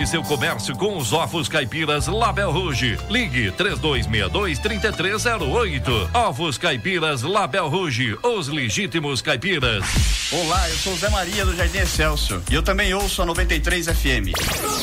Seu comércio com os ovos caipiras Label Rouge. Ligue 3262-3308. Ovos caipiras Label Rouge, os legítimos caipiras. Olá, eu sou o Zé Maria do Jardim Excelsior e eu também ouço a 93 FM.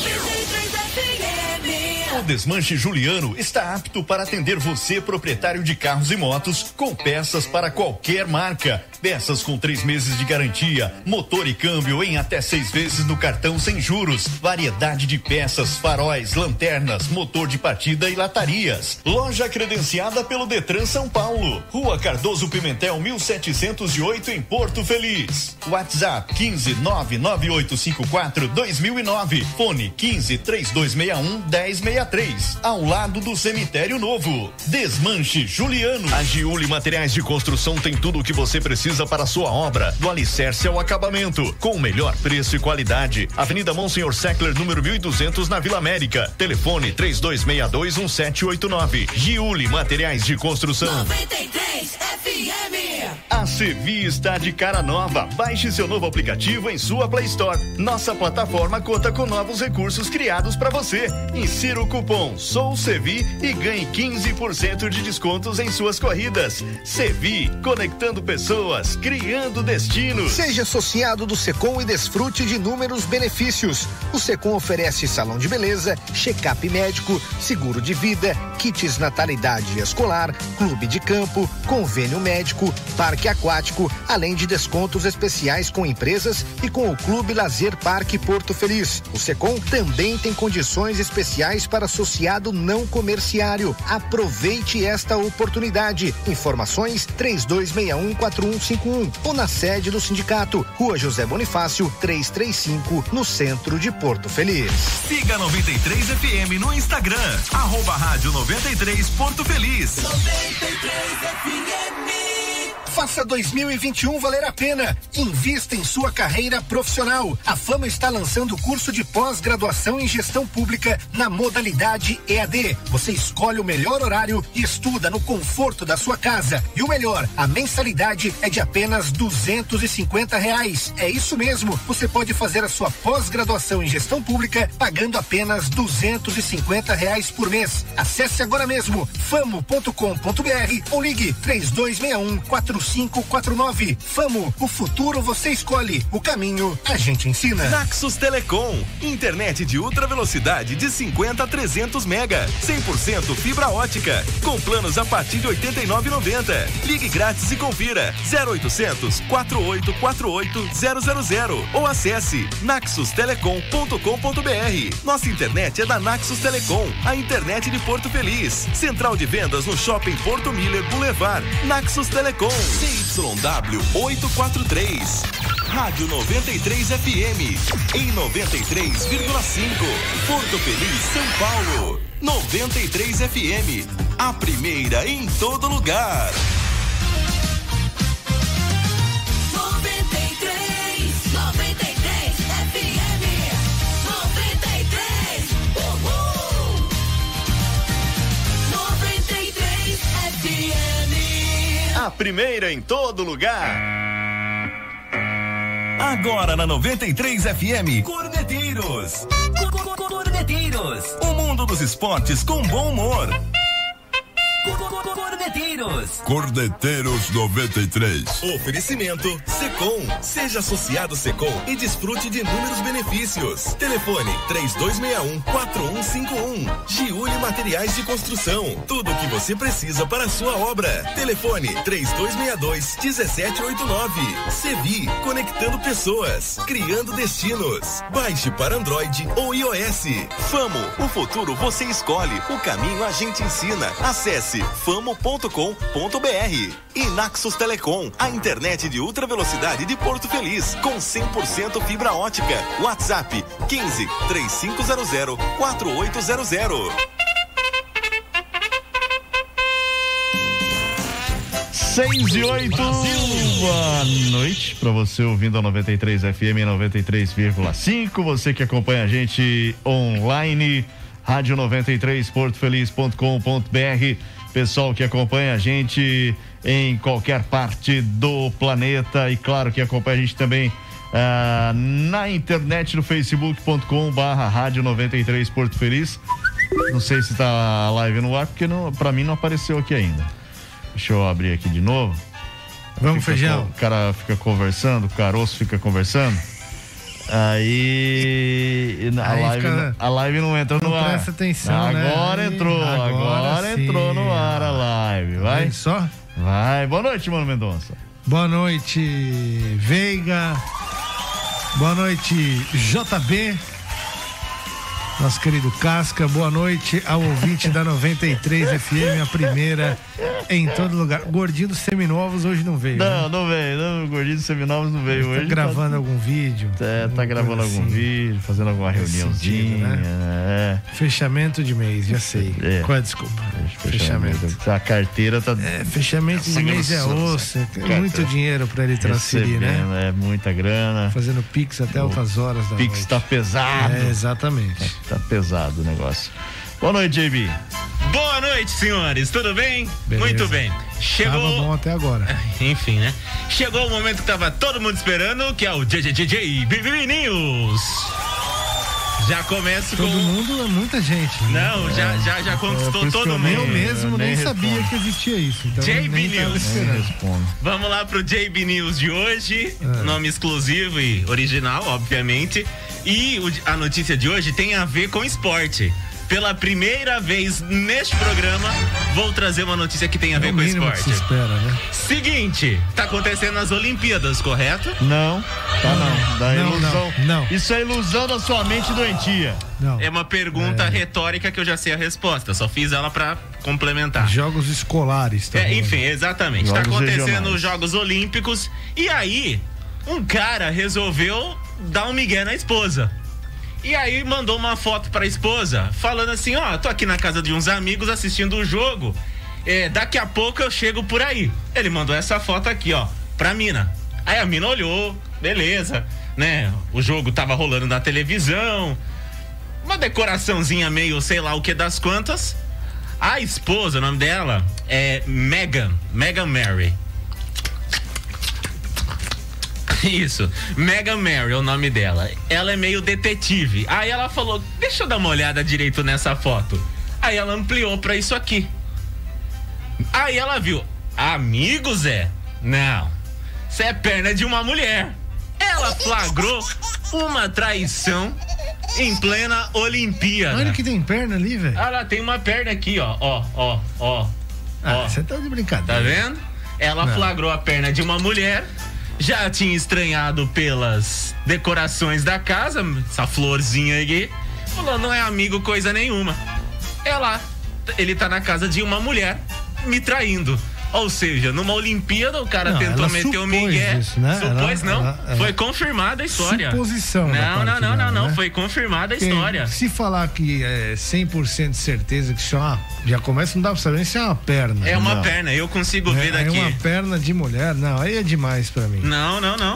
O Desmanche Juliano está apto para atender você, proprietário de carros e motos, com peças para qualquer marca. Peças com 3 meses de garantia, motor e câmbio em até 6 vezes no cartão sem juros. Variedade de peças, faróis, lanternas, motor de partida e latarias. Loja credenciada pelo Detran São Paulo. Rua Cardoso Pimentel 1708 em Porto Feliz. WhatsApp 15 99854 2009. Fone 15 3261 1063. Ao lado do Cemitério Novo. Desmanche Juliano. A Giuli Materiais de Construção tem tudo o que você precisa para a sua obra, do alicerce ao acabamento, com o melhor preço e qualidade. Avenida Monsenhor Seckler, número 1200, na Vila América. Telefone 32621789. Giuli Materiais de Construção. 93 FM. A Sevi está de cara nova. Baixe seu novo aplicativo em sua Play Store. Nossa plataforma conta com novos recursos criados para você. Insira o cupom SOUSEVI e ganhe 15% de descontos em suas corridas. Sevi, conectando pessoas, criando destinos. Seja associado do Secom e desfrute de inúmeros benefícios. O Secom oferece salão de beleza, check-up médico, seguro de vida, kits natalidade escolar, clube de campo, convênio médico, parque aquático, além de descontos especiais com empresas e com o Clube Lazer Parque Porto Feliz. O Secom também tem condições especiais para associado não comerciário. Aproveite esta oportunidade. Informações 32614151 ou na sede do sindicato, Rua José Bonifácio 335, no centro de Porto Feliz. Siga 93 FM no Instagram, @rádio 93 Porto Feliz. 93 FM. Faça 2021 valer a pena. Invista em sua carreira profissional. A Fama está lançando o curso de pós-graduação em gestão pública na modalidade EAD. Você escolhe o melhor horário e estuda no conforto da sua casa. E o melhor, a mensalidade é de apenas R$250. É isso mesmo. Você pode fazer a sua pós-graduação em gestão pública pagando apenas R$250 por mês. Acesse agora mesmo famo.com.br ou ligue 3261-4549. Famo, o futuro você escolhe, o caminho a gente ensina. Naxos Telecom, internet de ultra velocidade de 50 a 300 mega, 100% fibra ótica, com planos a partir de R$89,90. Ligue grátis e confira 0800 4848 000 ou acesse naxostelecom.com.br. Nossa internet é da Naxos Telecom, a internet de Porto Feliz. Central de vendas no Shopping Porto Miller Boulevard. Naxos Telecom. CYW 843. Rádio 93 FM. Em 93,5. Porto Feliz, São Paulo. 93 FM. A primeira em todo lugar. 93 FM. 93. Uhul. 93 FM. A primeira em todo lugar. Agora na 93 FM, Corneteiros. Corneteiros. O mundo dos esportes com bom humor. Corneteiros. Cordeteiros 93. Oferecimento Secom. Seja associado Secom e desfrute de inúmeros benefícios. Telefone 3261-4151. Giuli Materiais de Construção. Tudo o que você precisa para a sua obra. Telefone 3262-1789. Sevi, conectando pessoas, criando destinos. Baixe para Android ou iOS. Famo, o futuro você escolhe, o caminho a gente ensina. Acesse famo.com.br. E Naxos Telecom, a internet de ultra velocidade de Porto Feliz, com 100% fibra ótica. WhatsApp 15 3500 4800. 6:08. Boa noite para você ouvindo a 93 FM 93,5. Você que acompanha a gente online, rádio 93 portofeliz.com.br. Pessoal que acompanha a gente em qualquer parte do planeta e claro que acompanha a gente também Na internet no facebook.com/rádio 93 Porto Feliz. Não sei se tá a live no ar, porque pra mim não apareceu aqui ainda. Deixa eu abrir aqui de novo. Vamos, Feijão. O cara fica conversando, o caroço fica conversando. Aí a live não entra no ar. Presta atenção, agora né? Entrou, agora entrou no ar a live. Vai? Vem só? Vai. Boa noite, Mano Mendonça. Boa noite, Veiga. Boa noite, JB. Nosso querido Casca, boa noite ao ouvinte da 93 FM, a primeira em todo lugar. Gordinho dos Seminovos hoje não veio. Não veio. Não, o Gordinho dos Seminovos não veio hoje. Tá gravando algum vídeo. Tá gravando algum vídeo, fazendo alguma reuniãozinha. Sentido, né? Fechamento de mês, já sei. Qual é a desculpa? Fechamento. A carteira tá. Fechamento de mês é osso. É muito dinheiro pra ele transferir, né? É muita grana. Fazendo Pix até altas horas da Pix noite. tá pesado. Exatamente. Tá pesado o negócio. Boa noite, JB. Boa noite, senhores. Tudo bem? Beleza. Muito bem. Chegou. Tava bom até agora. Enfim, né? Chegou o momento que tava todo mundo esperando, que é o JB News. Já começo todo com... mundo é muita gente. Né? Não, já conquistou todo mundo. Eu mesmo nem sabia que existia isso. Então JB News. Vamos lá pro JB News de hoje. Nome exclusivo e original, obviamente. E a notícia de hoje tem a ver com esporte. Pela primeira vez neste programa, vou trazer uma notícia que tem a ver com esporte. Que se espera, né? Seguinte, tá acontecendo as Olimpíadas, correto? Não, não. Da ilusão. Não. Isso é ilusão da sua mente doentia. Não. É uma pergunta retórica que eu já sei a resposta, só fiz ela pra complementar. Jogos escolares também. Enfim, exatamente. Jogos tá acontecendo regionais. os Jogos Olímpicos e aí um cara resolveu dar um migué na esposa. E aí mandou uma foto pra esposa, falando assim, tô aqui na casa de uns amigos assistindo o jogo, daqui a pouco eu chego por aí. Ele mandou essa foto aqui, pra mina. Aí a mina olhou, beleza, né? O jogo tava rolando na televisão, uma decoraçãozinha meio sei lá o que das quantas. A esposa, o nome dela é Meghan Mary. Isso, Meghan Mary é o nome dela. Ela é meio detetive. Aí ela falou, deixa eu dar uma olhada direito nessa foto. Aí ela ampliou pra isso aqui. Aí ela viu, amigos não, isso é perna de uma mulher. Ela flagrou uma traição em plena Olimpíada. Olha que tem perna ali, velho. Ela tem uma perna aqui, ó. Você tá de brincadeira. Tá vendo? Ela flagrou a perna de uma mulher. Já tinha estranhado pelas decorações da casa, essa florzinha aqui. Falou, não é amigo coisa nenhuma. Ele tá na casa de uma mulher me traindo. Ou seja, numa Olimpíada o cara tentou meter o migué. Isso, né? Supôs, foi confirmada a história. Suposição. Não, né? foi confirmada a história. Se falar que é 100% de certeza que isso já começa, não dá pra saber nem se é uma perna. É uma perna, eu consigo ver daqui. É uma perna de mulher? Não, aí é demais pra mim. Não.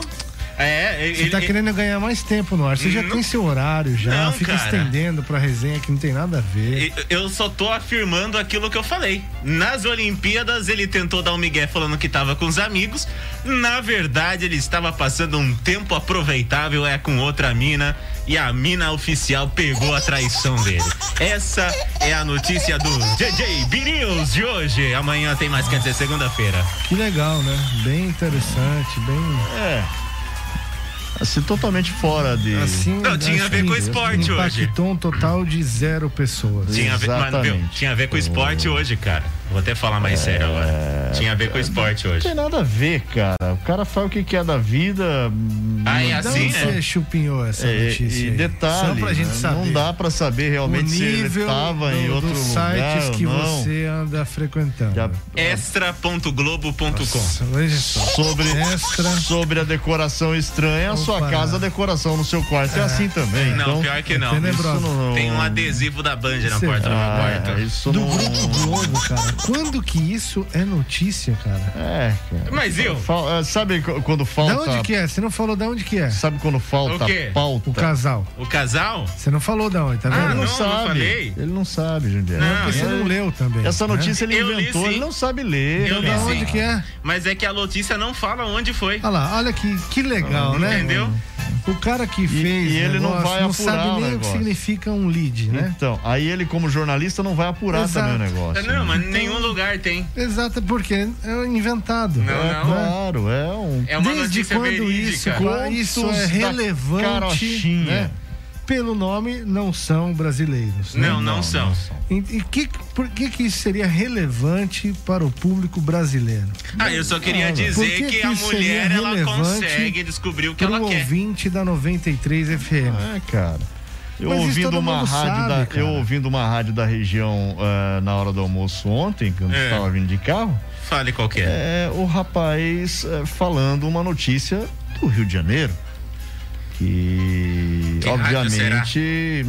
Você tá querendo ganhar mais tempo no ar. Você já tem seu horário, já. Fica estendendo pra resenha que não tem nada a ver. Eu só tô afirmando aquilo que eu falei. Nas Olimpíadas, ele tentou dar um migué falando que tava com os amigos. Na verdade, ele estava passando um tempo aproveitável com outra mina. E a mina oficial pegou a traição dele. Essa é a notícia do JB News de hoje. Amanhã tem mais, quer dizer, segunda-feira. Que legal, né? Bem interessante, bem... Assim, totalmente fora de... Não, tinha a ver com esporte hoje. Impactou um total de 0 pessoas. Tinha a ver com esporte hoje, cara. Vou até falar mais sério agora. Tinha a ver com esporte hoje. Não tem nada a ver, cara. O cara fala o que é da vida. É assim, né? Você chupinhou essa notícia. E detalhe, só pra gente saber. Não dá pra saber realmente se ele tava em outro lugar. Sites que não. você anda frequentando. Extra.globo.com. Veja só. Sobre a decoração estranha, a sua casa, a decoração no seu quarto é assim também. Não, então, pior que não. Tem um adesivo da Band na porta do meu quarto. Isso do não... Grupo Globo, cara. Quando que isso é notícia, cara? Cara. Mas eu... Sabe quando falta... Da onde que é? Você não falou de onde que é? Sabe quando falta O quê? pauta? O casal. O casal? Você não falou da onde, tá vendo? Ah, Ele não não sabe. falei. Ele não sabe, Jundiaí. Não, Porque você não leu também. Essa notícia ele Eu li, inventou, sim. ele não sabe ler. Eu li, Da sim. onde que é? Mas é que a notícia não fala onde foi. Olha lá, olha que legal, né? Entendeu? O cara que fez e ele não negócio, vai não apurar sabe o nem o que negócio. significa um lead, né? Então, aí ele como jornalista não vai apurar Exato. também o negócio. Não, mas Então, nenhum lugar tem. Exato, porque é inventado. Não, É não. claro, é um... É uma Desde notícia quando verídica. isso Contos é da relevante, carochinha. né? Pelo nome, não são brasileiros. Né? Não são. E por que isso seria relevante para o público brasileiro? Ah, eu só queria Por dizer que a isso seria mulher, ela relevante consegue descobrir o que para ela o quer. ouvinte da 93 FM? É, cara. Eu Mas isso ouvindo todo uma mundo rádio sabe, cara. eu ouvindo uma rádio da região na hora do almoço ontem, quando eu estava vindo de carro, Fale qual que é. o rapaz falando uma notícia do Rio de Janeiro, que obviamente,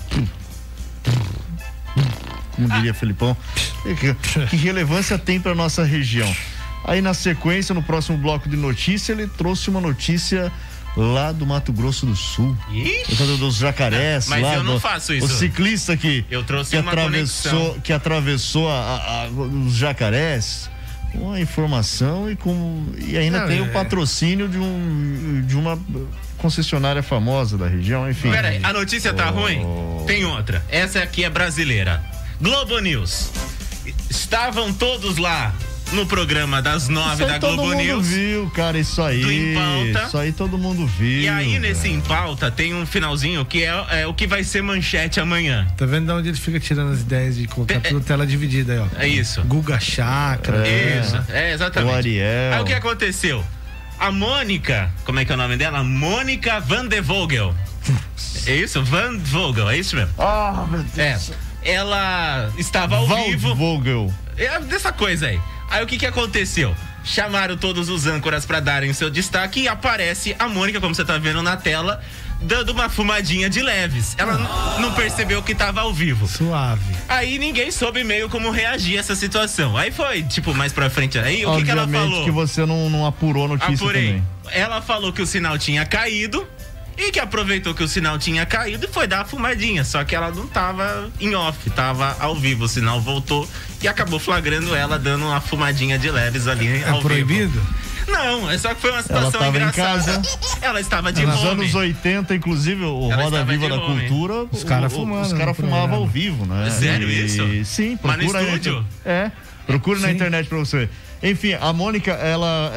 como diria Felipão, que relevância tem para nossa região. Aí na sequência, no próximo bloco de notícia, ele trouxe uma notícia lá do Mato Grosso do Sul. Dos jacarés. Mas lá eu não faço isso. O ciclista que uma atravessou os jacarés. Com a informação e ainda tem o patrocínio de uma concessionária famosa da região, enfim. Pera aí, a notícia tá ruim? Tem outra. Essa aqui é brasileira. Globo News. Estavam todos lá no programa das 9 da Globo News. Todo mundo viu, cara, isso aí. Do Em Pauta. Isso aí todo mundo viu. E aí, nesse cara. Em Pauta, tem um finalzinho que é o que vai ser manchete amanhã. Tá vendo de onde ele fica tirando as ideias de colocar tudo tela dividida aí, ó. É isso. Guga Chakra. Isso, exatamente. O Ariel. Aí o que aconteceu? A Mônica, como é que é o nome dela? Mônica Van de Vogel. É isso? Van Vogel, é isso mesmo? Ah, meu Deus. Ela estava ao vivo. Vogel. É dessa coisa aí. Aí o que aconteceu? Chamaram todos os âncoras pra darem seu destaque e aparece a Mônica, como você tá vendo na tela, dando uma fumadinha de leves. Ela não percebeu que tava ao vivo. Suave. Aí ninguém soube meio como reagir a essa situação. Aí foi, tipo, mais pra frente. Aí o que ela falou? Que você não apurou a notícia também. Ela falou que o sinal tinha caído e que aproveitou que o sinal tinha caído e foi dar a fumadinha. Só que ela não tava em off, tava ao vivo. O sinal voltou e acabou flagrando ela dando uma fumadinha de leves ali ao proibido? vivo. Não, é só que foi uma situação ela engraçada. Em casa. Ela estava de Nos home. anos 80, inclusive, o Ela Roda estava Viva de da home. Cultura, Os caras fumavam ao vivo, né? Sério isso? Sim, Mas no procura estúdio? Procura na Sim. internet pra você. Enfim, a Mônica, ela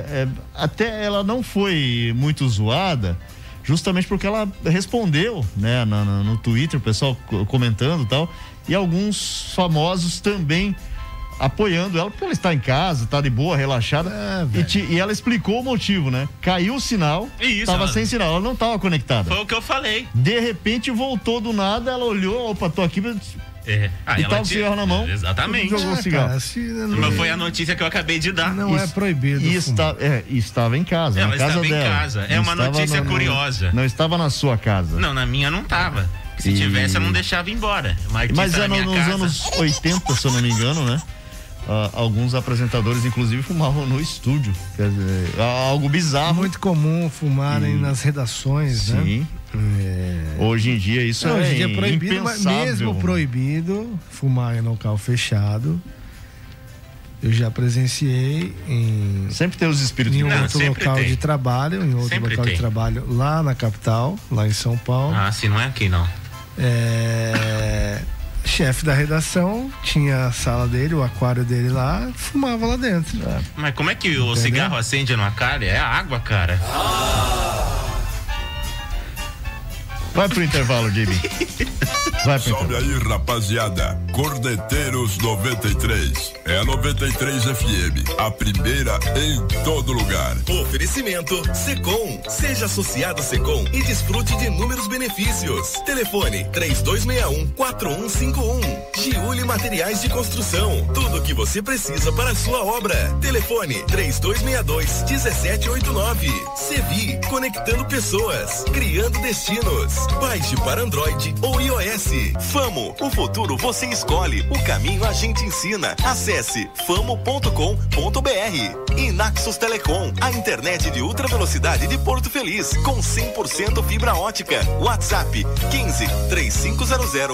até ela não foi muito zoada, justamente porque ela respondeu, né, no Twitter, o pessoal comentando e tal, e alguns famosos também apoiando ela, porque ela está em casa, está de boa, relaxada, e ela explicou o motivo, né? Caiu o sinal, estava sem sinal, ela não estava conectada. Foi o que eu falei. De repente voltou do nada, ela olhou, opa, tô aqui, Aí e ela tava o cigarro na mão. Exatamente. Jogou o cigarro. Cara, Mas foi a notícia que eu acabei de dar. não é proibido. E estava em casa, Ela na casa estava em dela. casa. É Não uma estava notícia curiosa. Não estava na sua casa. Não, na minha não tava. Se tivesse, eu não deixava ir embora. Mas na minha nos casa. anos 80, se eu não me engano, né? Alguns apresentadores, inclusive, fumavam no estúdio. Quer dizer, algo bizarro. Muito comum fumarem nas redações, né? Sim. Hoje em dia isso Hoje em dia é proibido, mas impensável. mesmo proibido fumar em local fechado. Eu já presenciei sempre tem os espíritos em um de outro local de trabalho, em outro Sempre local tem. de trabalho lá na capital, lá em São Paulo. Ah, sim, não é aqui não. Chefe da redação tinha a sala dele, o aquário dele lá, fumava lá dentro. Mas como é que o cigarro acende no aquário? É a água, cara. Vai pro intervalo, Jimmy. Vai pro Sobe aí, rapaziada. Cordeteiros 93. É a 93 FM. A primeira em todo lugar. Oferecimento Secom. Seja associado a Secom e desfrute de inúmeros benefícios. Telefone 3261-4151. Giuli Materiais de Construção. Tudo o que você precisa para a sua obra. Telefone 3262-1789. Sevi, conectando pessoas, criando destinos. Baixe para Android ou iOS. iOS. Famo, o futuro você escolhe, o caminho a gente ensina. Acesse famo.com.br. E Naxos Telecom, a internet de ultra velocidade de Porto Feliz, com 100% fibra ótica. WhatsApp 15 3500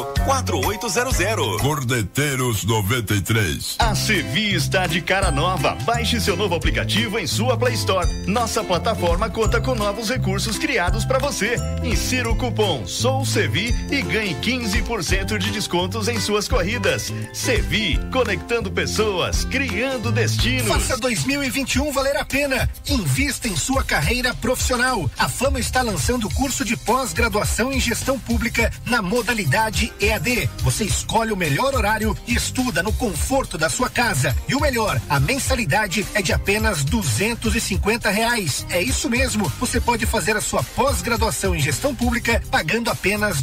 4800. Cordeteiros 93. A Sevi está de cara nova. Baixe seu novo aplicativo em sua Play Store. Nossa plataforma conta com novos recursos criados para você. Insira o cupom SOUSEVI e ganhe 15% de descontos em suas corridas. Sevi, conectando pessoas, criando destinos. Faça 2021 valer a pena. Invista em sua carreira profissional. A Fama está lançando o curso de pós-graduação em gestão pública na modalidade EAD. Você escolhe o melhor horário e estuda no conforto da sua casa. E o melhor, a mensalidade é de apenas R$250. É isso mesmo. Você pode fazer a sua pós-graduação em gestão pública pagando apenas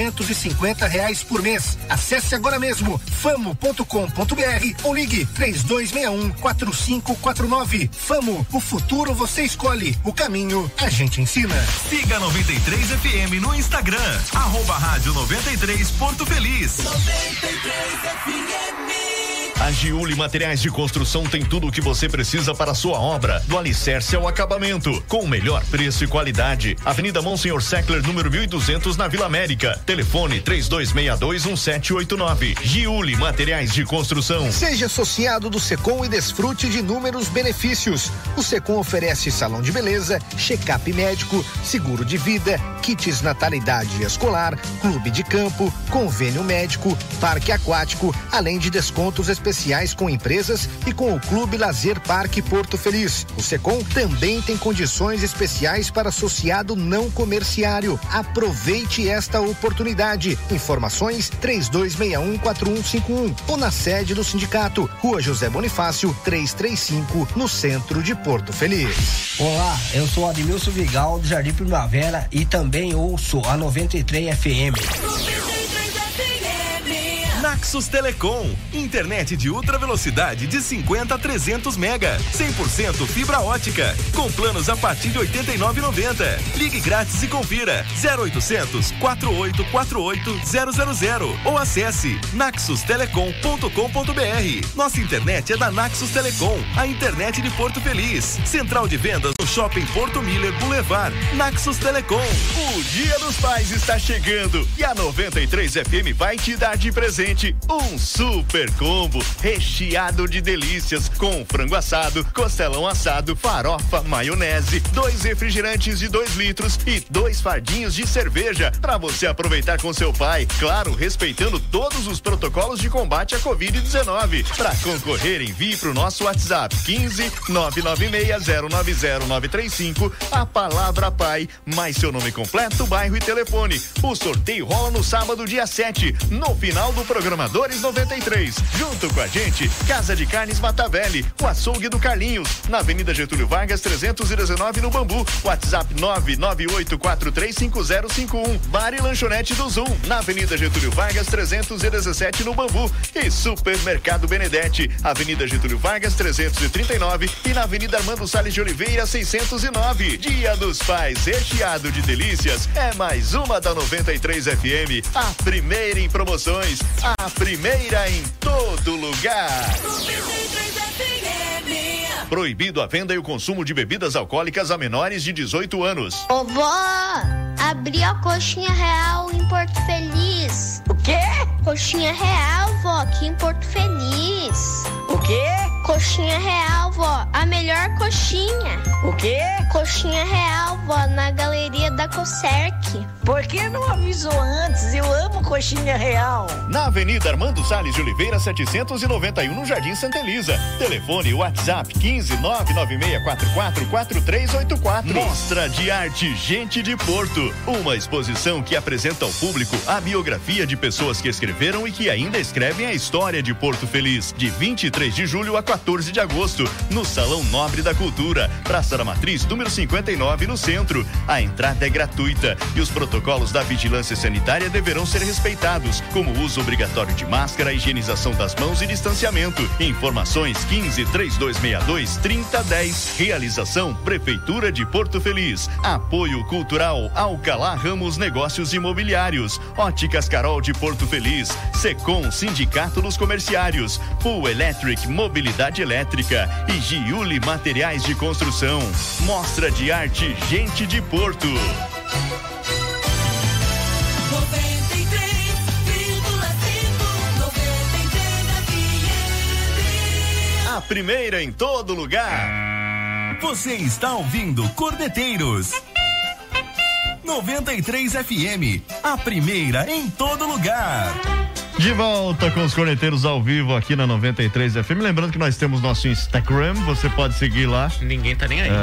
R$250 por mês. Acesse agora mesmo famo.com.br ou ligue 3261-4549. Famo, o futuro você escolhe, o caminho a gente ensina. Siga 93 FM no Instagram, @rádio 93 Porto Feliz. 93 FM. A Giuli Materiais de Construção tem tudo o que você precisa para a sua obra, do alicerce ao acabamento, com o melhor preço e qualidade. Avenida Monsenhor Seckler, número 1200, na Vila América. Telefone 32621789. Giuli Materiais de Construção. Seja associado do Secom e desfrute de inúmeros benefícios. O Secom oferece salão de beleza, check-up médico, seguro de vida, kits natalidade escolar, clube de campo, convênio médico, parque aquático, além de descontos especiais com empresas e com o Clube Lazer Parque Porto Feliz. O Secom também tem condições especiais para associado não comerciário. Aproveite esta oportunidade. Informações 3261-4151 ou na sede do sindicato, Rua José Bonifácio 335, no centro de Porto Feliz. Olá, eu sou Admilson Vigal do Jardim Primavera e também ouço a 93 FM. Naxos Telecom, internet de ultra velocidade de 50 a 300 mega, 100% fibra ótica, com planos a partir de R$ 89,90. Ligue grátis e confira 0800 4848 000 ou acesse naxostelecom.com.br. Nossa internet é da Naxos Telecom, a internet de Porto Feliz. Central de vendas no Shopping Porto Miller Boulevard. Naxos Telecom. O Dia dos Pais está chegando e a 93 FM vai te dar de presente um super combo recheado de delícias com frango assado, costelão assado, farofa, maionese, 2 refrigerantes de 2 litros e 2 fardinhos de cerveja para você aproveitar com seu pai, claro, respeitando todos os protocolos de combate à Covid-19. Para concorrer, envie para o nosso WhatsApp 15 996090935 a palavra pai, mais seu nome completo, bairro e telefone. O sorteio rola no sábado, dia 7, no final do Programadores 93. Junto com a gente, Casa de Carnes Matavelli, o açougue do Carlinhos, na Avenida Getúlio Vargas 319, no Bambu. WhatsApp 998435051. Bar e lanchonete do Zoom, na Avenida Getúlio Vargas 317, no Bambu. E Supermercado Benedetti, Avenida Getúlio Vargas 339 e na Avenida Armando Salles de Oliveira 609. Dia dos Pais recheado de delícias é mais uma da 93 FM, a primeira em promoções, a primeira em todo lugar. 93 FM. Proibido a venda e o consumo de bebidas alcoólicas a menores de 18 anos. Ô vó, abri a coxinha real em Porto Feliz. O quê? Coxinha real, vó, aqui em Porto Feliz. O quê? Coxinha real, vó, a melhor coxinha. O quê? Coxinha real, vó, na galeria da Cocerc. Por que não avisou antes? Eu amo coxinha real. Na Avenida Armando Salles de Oliveira 791, no Jardim Santa Elisa. Telefone e WhatsApp 15 996444384. Mostra de Arte Gente de Porto, uma exposição que apresenta ao público a biografia de pessoas que escreveram e que ainda escrevem a história de Porto Feliz, de 23 de julho a 14 de agosto, no Salão Nobre da Cultura, Praça da Matriz, número 59, no centro. A entrada é gratuita e os protocolos da vigilância sanitária deverão ser respeitados. respeitados, como uso obrigatório de máscara, higienização das mãos e distanciamento. Informações 15-3262-3010. Realização Prefeitura de Porto Feliz. Apoio Cultural Alcalá Ramos Negócios Imobiliários. Óticas Carol de Porto Feliz. Secom Sindicato dos Comerciários. Full Electric Mobilidade Elétrica e Giuli Materiais de Construção. Mostra de Arte Gente de Porto. 93,5, A primeira em todo lugar. Você está ouvindo Corneteiros 93 FM, a primeira em todo lugar. De volta com os Corneteiros ao vivo aqui na 93 FM. Lembrando que nós temos nosso Instagram, você pode seguir lá. Ninguém tá nem aí.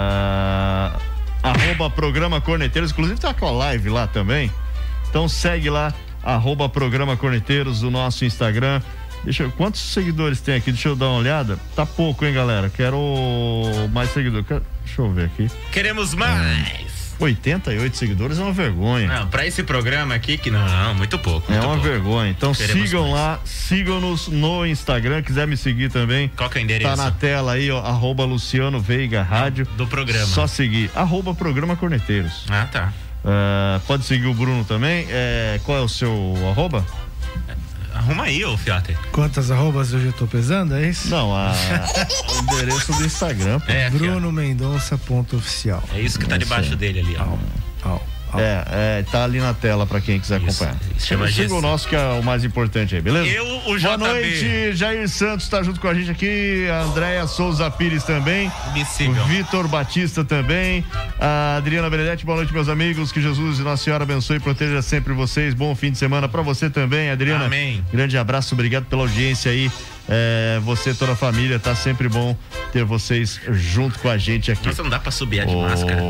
@programa Corneteiros, inclusive tá com a live lá também. Então segue lá, @programa Corneteiros, o nosso Instagram. Quantos seguidores tem aqui? Deixa eu dar uma olhada. Tá pouco, hein, galera? Quero mais seguidores. Deixa eu ver aqui. Queremos mais. 88 seguidores é uma vergonha. Não, pra esse programa aqui, que não, muito pouco. É uma vergonha. Então Queremos sigam mais. lá, sigam-nos no Instagram. Quiser me seguir também. Qual que é o endereço? Tá na tela aí, ó, @Luciano Veiga Rádio. Do programa. Só seguir. @programa Corneteiros. Ah, tá. Pode seguir o Bruno também. Qual é o seu arroba? Arruma aí, ô Fiater. Quantas arrobas hoje eu tô pesando, é isso? Não, o endereço do Instagram. Pô. Bruno Mendonça.oficial. É isso que tá debaixo dele ali, ó. Tá ali na tela pra quem quiser acompanhar. Siga o nosso que é o mais importante aí, beleza? O Boa JB. noite, Jair Santos tá junto com a gente aqui, a Andréia Souza Pires também, o Vitor Batista também, a Adriana Benedetti. Boa noite, meus amigos, que Jesus e Nossa Senhora abençoe e proteja sempre vocês. Bom fim de semana pra você também, Adriana. Amém. Grande abraço, obrigado pela audiência aí. Você, toda a família, tá sempre bom ter vocês junto com a gente aqui. Nossa, não dá pra subir de máscara.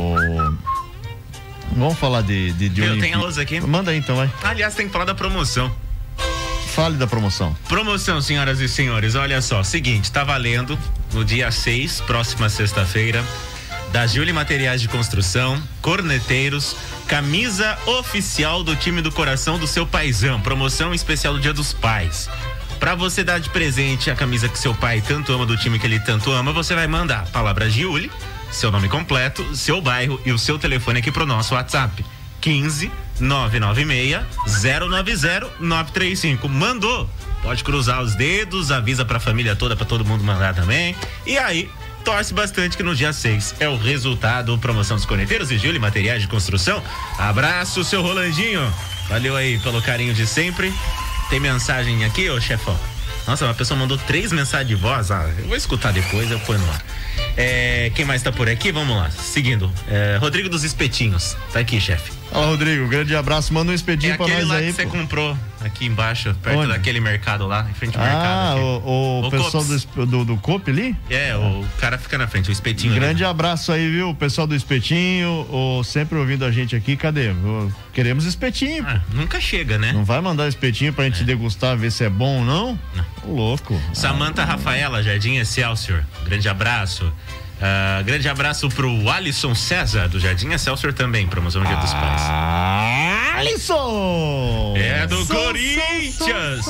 Vamos falar de Tem a lousa aqui? Manda aí então, vai. Aliás, tem que falar da promoção. Fale da promoção. Promoção, senhoras e senhores, olha só, seguinte, tá valendo no dia 6, próxima sexta-feira, da Giuli Materiais de Construção, Corneteiros, camisa oficial do time do coração do seu paizão, promoção especial do Dia dos Pais. Pra você dar de presente a camisa que seu pai tanto ama, do time que ele tanto ama, você vai mandar a palavra Giuli, seu nome completo, seu bairro e o seu telefone aqui pro nosso WhatsApp. 15-996-090-935. Mandou. Pode cruzar os dedos, avisa pra família toda, pra todo mundo mandar também. E aí, torce bastante que no dia 6 é o resultado. Promoção dos Corneteiros e Giuli Materiais de Construção. Abraço, seu Rolandinho. Valeu aí pelo carinho de sempre. Tem mensagem aqui, ô chefão? Nossa, uma pessoa mandou 3 mensagens de voz. Eu vou escutar depois, eu ponho no ar. Quem mais tá por aqui? Vamos lá. Seguindo. Rodrigo dos Espetinhos. Tá aqui, chefe. Ó, Rodrigo, grande abraço. Manda um espetinho pra nós aí. Que você comprou aqui embaixo, perto daquele mercado lá, em frente ao mercado. O pessoal do Coop ali? O cara fica na frente, o espetinho. Grande abraço aí, viu? O pessoal do espetinho, sempre ouvindo a gente aqui. Cadê? Queremos espetinho. Nunca chega, né? Não vai mandar espetinho pra gente degustar, ver se é bom ou não? Não. Louco. Samanta Rafaela, Jardim Excelsior. Grande abraço. Grande abraço pro Alisson César, do Jardim Excelsior também, promoção Dia dos Pais. Alisson! É do Corinthians!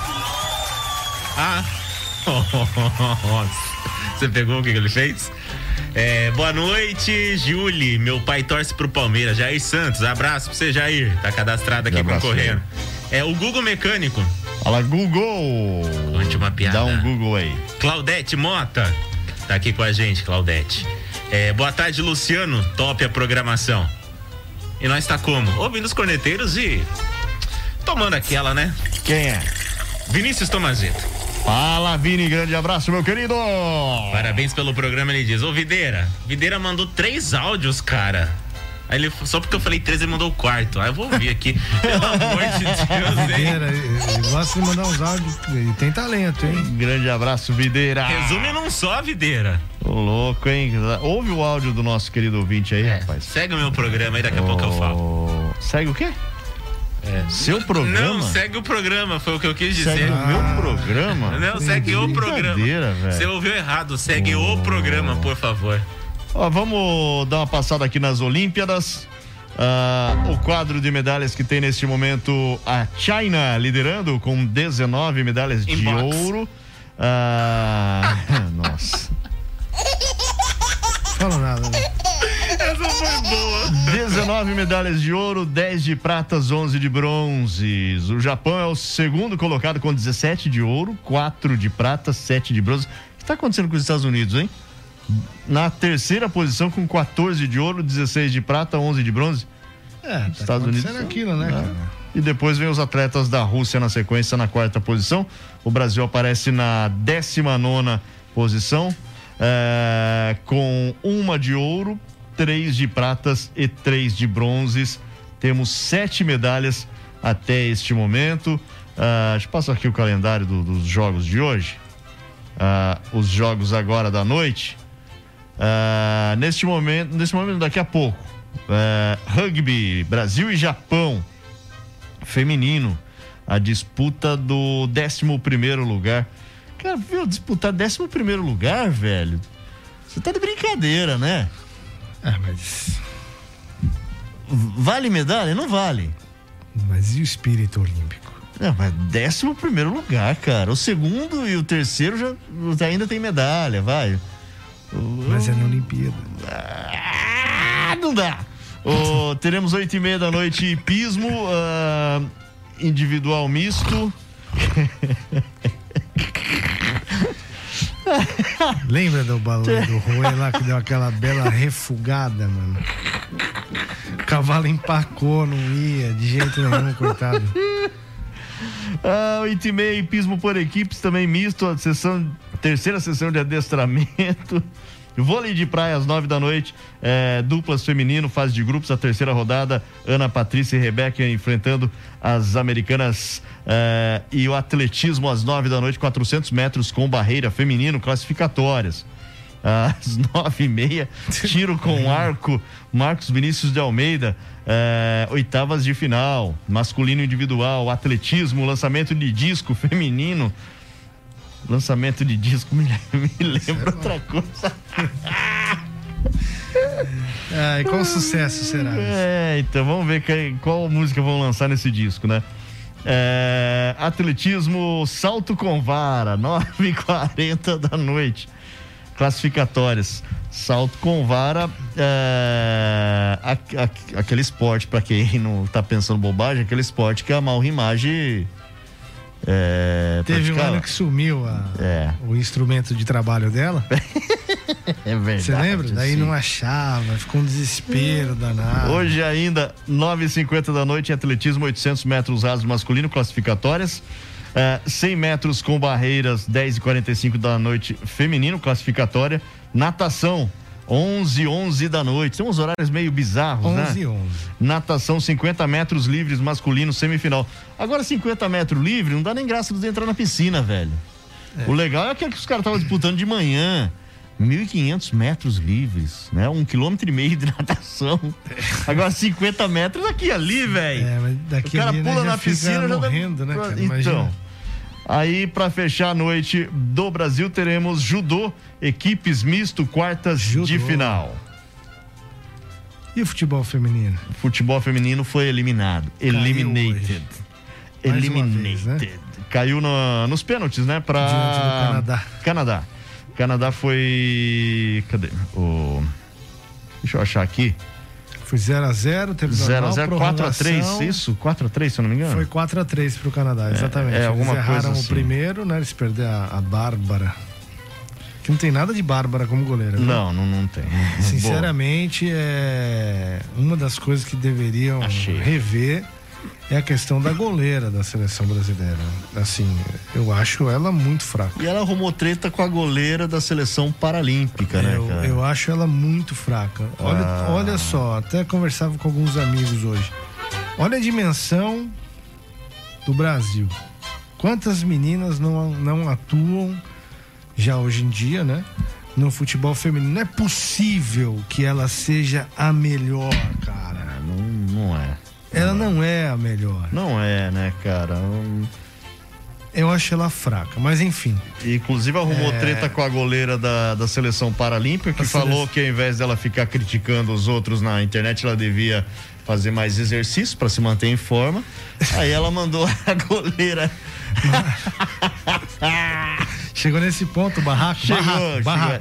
Você pegou o que ele fez? Boa noite, Giuli. Meu pai torce pro Palmeiras. Jair Santos, abraço pra você, Jair. Tá cadastrado aqui concorrendo. O Google Mecânico. Fala, Google! Conte uma piada. Dá um Google aí. Claudete Mota. Tá aqui com a gente, Claudete. Boa tarde, Luciano. Top a programação. E nós tá como? Ouvindo os Corneteiros e tomando aquela, né? Quem é? Vinícius Tomazeta. Fala, Vini, grande abraço, meu querido. Parabéns pelo programa, ele diz. Ô, Videira mandou 3 áudios, cara. Aí ele, só porque eu falei 3, ele mandou o 4. Aí eu vou ouvir aqui. Pelo amor de Deus, hein? Ele gosta de mandar uns áudios. Ele tem talento, hein? Grande abraço, Videira. Resume num só, Videira. Ô, louco, hein? Ouve o áudio do nosso querido ouvinte aí, rapaz. Segue o meu programa aí, daqui a pouco eu falo. Segue o quê? Seu programa? Não, segue o programa, foi o que eu quis dizer. Segue o meu programa? Não, segue o programa. Velho. Você ouviu errado, segue o programa, por favor. Vamos dar uma passada aqui nas Olimpíadas. O quadro de medalhas que tem neste momento a China liderando com 19 medalhas de ouro. Nossa. Fala nada, né? Essa foi boa. 19 medalhas de ouro, 10 de pratas, 11 de bronzes. O Japão é o segundo colocado com 17 de ouro, 4 de prata, 7 de bronze. O que está acontecendo com os Estados Unidos, hein? Na terceira posição com 14 de ouro, 16 de prata, 11 de bronze. Tá Estados Unidos aquilo, né, cara? E depois vem os atletas da Rússia na sequência na quarta posição. O Brasil aparece na 19ª posição, com 1 de ouro, 3 de pratas e 3 de bronzes. Temos 7 medalhas até este momento. Deixa eu passar aqui o calendário dos jogos de hoje. Os jogos agora da noite. Neste momento, daqui a pouco, rugby, Brasil e Japão feminino, a disputa do 11º lugar. Cara, viu, disputar 11º lugar, velho? Você tá de brincadeira, né? Mas vale medalha? Não vale. Mas e o espírito olímpico? Não, mas 11º lugar, cara. O segundo e o terceiro já ainda tem medalha, vai. Mas é na Olimpíada. Não dá. Teremos 8h30 da noite hipismo, individual misto. Lembra do balão do Rui lá que deu aquela bela refugada, mano? O cavalo empacou, não ia, de jeito nenhum, coitado. 8h30, hipismo por equipes, também misto, terceira sessão de adestramento. Vôlei de praia às 9 da noite, duplas feminino, fase de grupos, a terceira rodada, Ana Patrícia e Rebeca enfrentando as americanas, e o atletismo às 9 da noite, 400 metros com barreira feminino, classificatórias. Às 9h30, tiro com arco, Marcos Vinícius de Almeida, oitavas de final, masculino individual, atletismo, lançamento de disco feminino. Lançamento de disco me lembra outra coisa. E qual sucesso será? Então vamos ver qual música vão lançar nesse disco, né? Atletismo, salto com vara, 9h40 da noite. Classificatórias. Salto com vara, aquele esporte, pra quem não tá pensando bobagem, aquele esporte que a Mal Rimage teve um ano que sumiu o instrumento de trabalho dela. É verdade. Você lembra? Daí sim. Não achava, ficou um desespero danado. Hoje ainda, 9h50 da noite, atletismo, 800 metros rasos masculino, classificatórias. 100 metros com barreiras, 10h45 da noite, feminino, classificatória. Natação, 11h11 da noite. Tem uns horários meio bizarros, 11h11. né? Natação, 50 metros livres, masculino, semifinal. Agora, 50 metros livre, não dá nem graça de entrar na piscina, velho. O legal é aquele que os caras estavam disputando de manhã. 1.500 metros livres, né? 1,5 km de natação. Agora 50 metros aqui ali, velho. O cara ali, pula né, na piscina morrendo, né, cara? Então, aí pra fechar a noite do Brasil teremos judô, equipes misto, quartas de final. E o futebol feminino? O futebol feminino foi eliminado. Eliminated. Vez, né? Caiu nos pênaltis, né? Diante do Canadá. Canadá foi... Cadê? Deixa eu achar aqui. Foi 0x0, teve 0x0, 4x3, isso? 4x3, se eu não me engano? Foi 4x3 pro Canadá, exatamente. Alguma eles erraram coisa assim. O primeiro, né? Eles perderam a Bárbara. Que não tem nada de Bárbara como goleira. Não tem. Sinceramente, uma das coisas que deveriam rever é a questão da goleira da seleção brasileira. Assim, eu acho ela muito fraca. E ela arrumou treta com a goleira da seleção paralímpica, né, cara? Eu acho ela muito fraca. Olha só, até conversava com alguns amigos hoje. Olha a dimensão do Brasil. Quantas meninas não atuam já hoje em dia, né? No futebol feminino. Não é possível que ela seja a melhor, cara. Não é. Ela não é a melhor. Não é, né, cara? Eu acho ela fraca, mas enfim. Inclusive arrumou treta com a goleira da seleção paralímpica, que falou que ao invés dela ficar criticando os outros na internet, ela devia fazer mais exercício para se manter em forma. Aí ela mandou a goleira. Chegou nesse ponto, barraco? Barraco.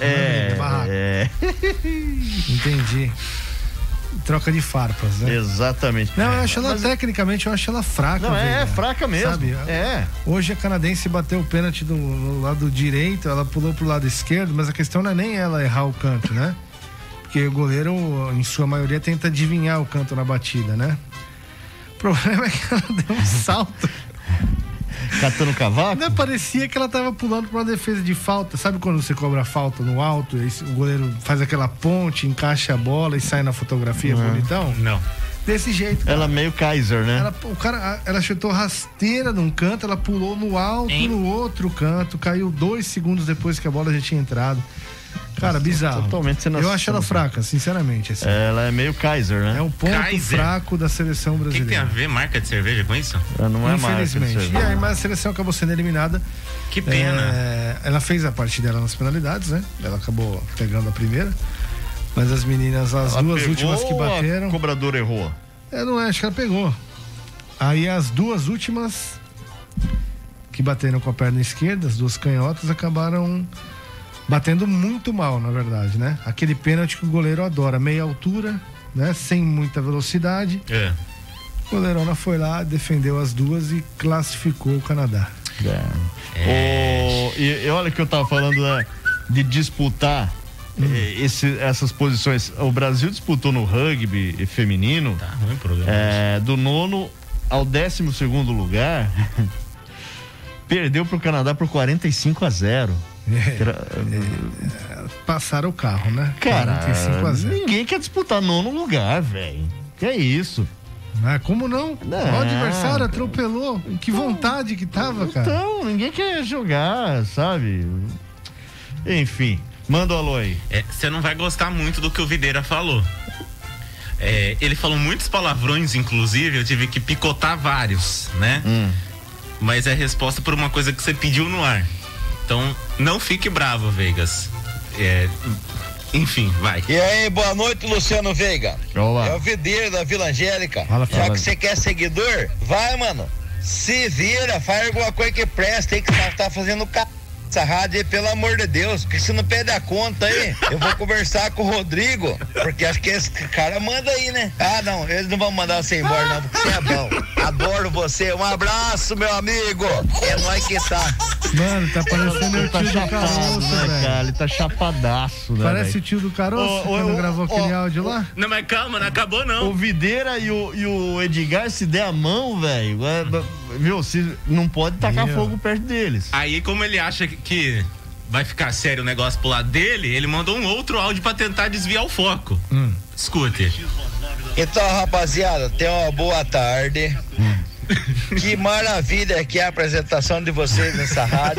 Entendi. Troca de farpas, né? Exatamente. Não, eu acho ela, tecnicamente, eu acho ela fraca. Não, é fraca mesmo. Sabe? Hoje a canadense bateu o pênalti do lado direito, ela pulou pro lado esquerdo, mas a questão não é nem ela errar o canto, né? Porque o goleiro, em sua maioria, tenta adivinhar o canto na batida, né? O problema é que ela deu um salto. Catando cavaco? Não, parecia que ela tava pulando pra uma defesa de falta. Sabe quando você cobra falta no alto, e o goleiro faz aquela ponte, encaixa a bola e sai na fotografia bonitão? Não. Desse jeito, cara. Ela meio Kaiser, né? Ela chutou rasteira num canto, ela pulou no alto, no outro canto, caiu 2 segundos depois que a bola já tinha entrado. Cara, bizarro. Totalmente sem noção. Eu acho ela fraca, sinceramente. Assim. Ela é meio Kaiser, né? É um ponto fraco da seleção brasileira. O que tem a ver marca de cerveja com isso? Não é marca de cerveja. E aí, mas a seleção acabou sendo eliminada. Que pena. Ela fez a parte dela nas penalidades, né? Ela acabou pegando a primeira. Mas as meninas, as duas últimas que bateram... O cobrador errou? Não acho que ela pegou. Aí as duas últimas que bateram com a perna esquerda, as duas canhotas, acabaram batendo muito mal, na verdade, né? Aquele pênalti que o goleiro adora, meia altura, né? Sem muita velocidade. O goleirona foi lá, defendeu as duas e classificou o Canadá. E olha que eu tava falando de disputar essas posições. O Brasil disputou no rugby feminino, do 9º ao 12º lugar, perdeu pro Canadá por 45-0. Passaram o carro, né? Cara, 45-0. Ninguém quer disputar 9º lugar, velho. Que é isso? Como não? O adversário atropelou. Que vontade que tava, cara. Então, ninguém quer jogar, sabe? Enfim, manda o alô aí. Você não vai gostar muito do que o Videira falou. Ele falou muitos palavrões, inclusive, eu tive que picotar vários, né? Mas é resposta por uma coisa que você pediu no ar. Então, não fique bravo, Vegas. Enfim, vai. E aí, boa noite, Luciano Veiga. Olá. É o Videira da Vila Angélica. Já que você quer seguidor, vai, mano. Se vira, faz alguma coisa que presta. Tem que estar fazendo essa rádio aí, pelo amor de Deus. Porque se não pede a conta aí, eu vou conversar com o Rodrigo. Porque acho que esse cara manda aí, né? Não, eles não vão mandar você embora, não. Porque você é bom. Adoro você. Um abraço, meu amigo. É nóis que tá. Mano, tá parecendo o tio do Caroço, né, cara? Ele tá chapadaço, né? Parece o tio do Caroço quando gravou aquele áudio lá. Não, mas calma, não acabou não. O Videira e o Edgar, se der a mão, velho, viu? Não pode tacar fogo perto deles. Aí, como ele acha que vai ficar sério o negócio pro lado dele, ele mandou um outro áudio pra tentar desviar o foco. Escute. Então, rapaziada, tenha uma boa tarde. Que maravilha que é a apresentação de vocês nessa rádio.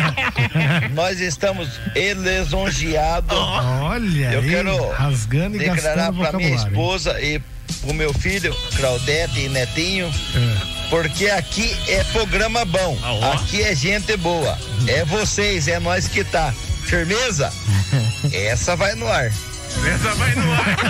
Nós estamos lisonjeados. Olha, eu quero rasgando e declarar para minha esposa e pro meu filho, Claudete e Netinho, porque aqui é programa bom, aqui é gente boa, é vocês, é nós que tá. Firmeza? Essa vai no ar. Essa vai no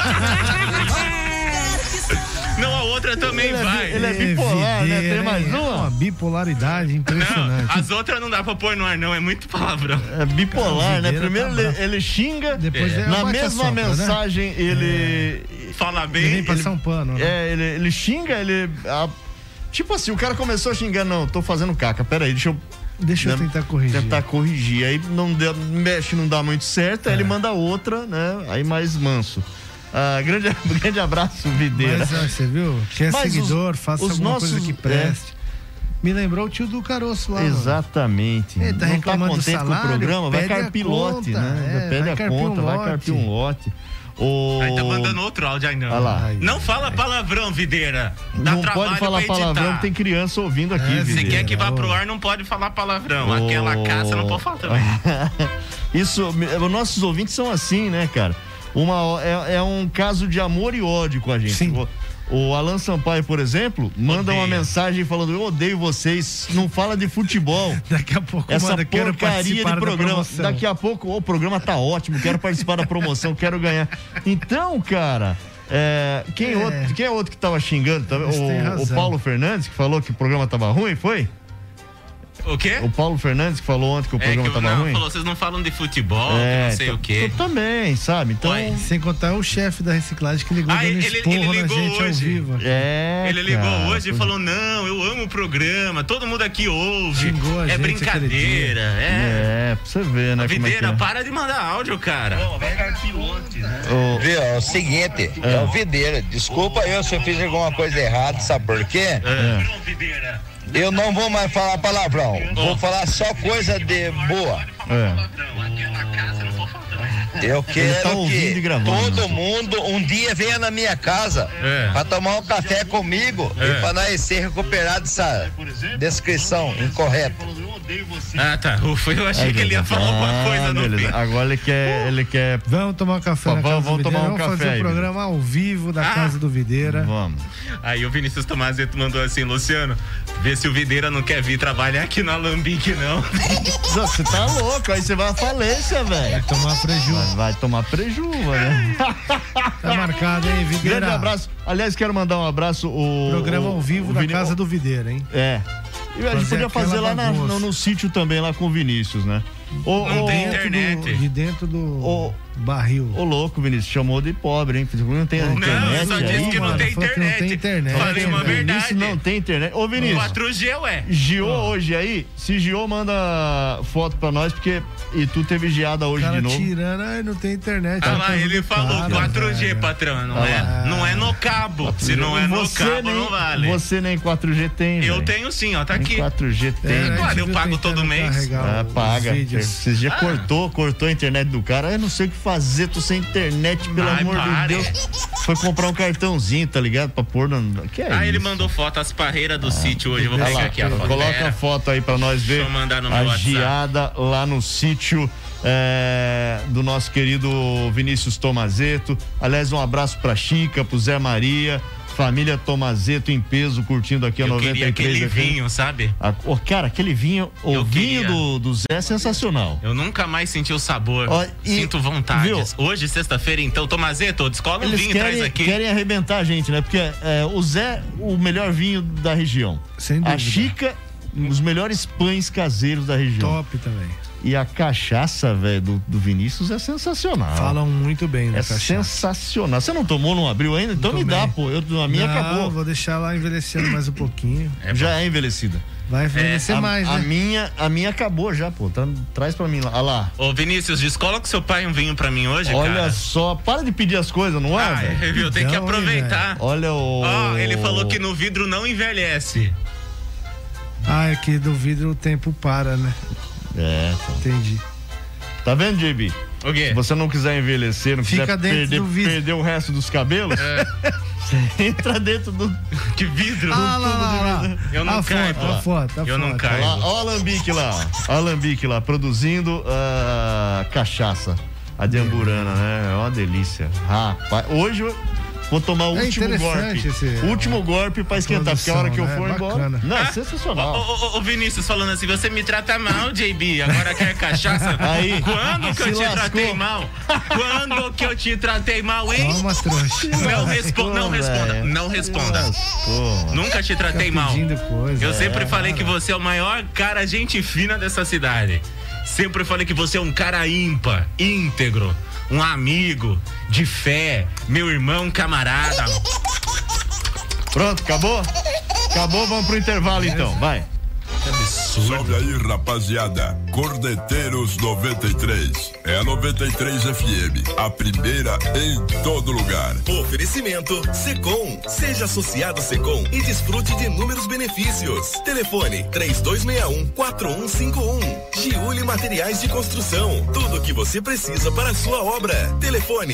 ar. Não, a outra também vai. Ele é bipolar, né? Tem mais uma bipolaridade impressionante. Não, as outras não dá pra pôr no ar, não. É muito palavrão. É bipolar, né? Primeiro ele xinga, depois na mesma mensagem, né? Ele fala bem. Ele vem passar um pano, né? Ele xinga, tipo assim, o cara começou a xingar, não, tô fazendo caca, peraí, deixa eu tentar corrigir. Aí não dá muito certo, aí ele manda outra, né? Aí mais manso. Grande abraço, Videira. Mas você viu? Quem é seguidor, faça alguma coisa que preste. Me lembrou o tio do Caroço lá. Exatamente. Ele tá reclamando do salário, com o programa, vai carpir lote, né? Pede a conta, vai carpir um lote. Aí tá mandando outro áudio aí, não. Não fala palavrão, Videira. Não pode falar palavrão, tem criança ouvindo aqui, Se quer que vá pro ar, não pode falar palavrão. Aquela caça não pode falar também. Isso, nossos ouvintes são assim, né, cara? É um caso de amor e ódio com a gente. Sim. O Alan Sampaio, por exemplo, manda uma mensagem falando: eu odeio vocês, não fala de futebol. Daqui a pouco essa quero porcaria de programa. Daqui a pouco o programa tá ótimo, quero participar da promoção, quero ganhar. Então, cara, quem é outro que tava xingando? O Paulo Fernandes, que falou que o programa tava ruim, foi? O quê? O Paulo Fernandes que falou ontem que o programa tava ruim. Falou, vocês não falam de futebol, que não sei o quê. Eu também, sabe? Então, sem contar o chefe da reciclagem que ligou dando esporro na gente ao vivo. Ele ligou hoje e falou: não, eu amo o programa, todo mundo aqui ouve. Xingou a gente, brincadeira. Pra você ver, né? Videira, para de mandar áudio, cara. Viu, é o seguinte, é o Videira. Desculpa eu se eu fiz alguma coisa errada, sabe por quê? Eu não vou mais falar palavrão, vou falar só coisa de boa. Eu quero que todo mundo um dia venha na minha casa pra tomar um café comigo e pra nós ser recuperado dessa descrição incorreta. Ah, tá. Ufa, eu achei que ele ia falar alguma coisa no fim. Agora ele quer. Vamos tomar um café na casa do Videira. Vamos fazer um programa ao vivo da casa do Videira. Vamos. Aí o Vinícius Tomazetto mandou assim: Luciano, vê se o Videira não quer vir trabalhar aqui no Alambique, não. Você tá louco, aí você vai à falência, velho. Vai tomar prejuízo. Vai tomar prejuízo, né? Tá marcado, hein, Videira? Grande abraço. Aliás, quero mandar um abraço. Programa ao vivo da casa do Videira, hein? E a gente podia fazer lá no sítio também, lá com o Vinícius, né? Não tem internet. De dentro do barril. Ô, louco, Vinícius, chamou de pobre, hein? Não tem internet. Não, só disse que não tem internet. Não tem internet. Falei uma verdade. Vinícius não tem internet. Ô, Vinícius. 4G, ué. Giou hoje aí? Se Giou, manda foto pra nós, porque Itu teve geada hoje de novo. Tirando, não tem internet. Ah lá, ele falou 4G, patrão. Não é no cabo. Se não é no cabo, não vale. Você nem 4G tem, Eu tenho sim, ó, tá aqui. 4G tem. Claro, eu pago todo mês. Paga. Esses dias cortou a internet do cara. Eu não sei o que fazer, tô sem internet, pelo amor de Deus. Foi comprar um cartãozinho, tá ligado? Pra pôr no... Que é isso? Ele mandou foto, as parreiras do sítio hoje. Eu vou pegar aqui a foto. Coloca a foto aí pra nós ver. Deixa eu mandar no meu WhatsApp. Geada lá no sítio do nosso querido Vinícius Tomazetto. Aliás, um abraço pra Chica, pro Zé Maria. Família Tomazetto em peso, curtindo aqui a 93. Aquele vinho, sabe? Cara, aquele vinho, vinho do Zé é sensacional. Eu nunca mais senti o sabor. Sinto vontade. Viu? Hoje, sexta-feira, então, Tomazetto, descola um vinho e traz aqui. Eles querem arrebentar a gente, né? Porque o Zé, o melhor vinho da região. Sem dúvida. A Chica, os melhores pães caseiros da região. Top também. E a cachaça, velho, do Vinícius é sensacional. Falam muito bem da cachaça. É sensacional. Você não tomou, não abriu ainda? Então me dá, pô. A minha acabou. Vou deixar lá envelhecendo mais um pouquinho. Já é envelhecida. Vai envelhecer mais, né? A minha acabou já, pô. Traz pra mim lá. Olha lá. Ô, Vinícius, descola com seu pai um vinho pra mim hoje, Olha cara. Olha só, para de pedir as coisas, não é, velho? Viu? Tem que aproveitar. Olha ele falou que no vidro não envelhece. É que do vidro o tempo para, né? Entendi. Tá vendo, JB? O quê? Se você não quiser envelhecer, não quiser perder o resto dos cabelos, você entra dentro do... Que vidro? Lá. Eu não caibo. Eu não caibo. Olha o Alambique lá. Olha o Alambique lá, produzindo cachaça. A de Amburana, né? É uma delícia. Rapaz, hoje vou tomar o último golpe. Último golpe pra esquentar, porque a hora que eu for embora. Não, é sensacional. Ô, Vinícius, falando assim, você me trata mal, JB, agora quer cachaça? Aí, quando que eu te tratei mal? Quando que eu te tratei mal, hein? Toma, trouxa. Não responda. Nunca te tratei mal. Eu sempre falei que você é o maior cara gente fina dessa cidade. Sempre falei que você é um cara ímpar, íntegro, um amigo de fé, meu irmão, camarada. Pronto, acabou? Acabou, vamos pro intervalo então, vai. Salve aí, rapaziada. Cordeteiros 93. É a 93 FM, a primeira em todo lugar. Oferecimento Secom. Seja associado Secom e desfrute de inúmeros benefícios. Telefone 3261-4151. Giuli Materiais de Construção. Tudo o que você precisa para a sua obra. Telefone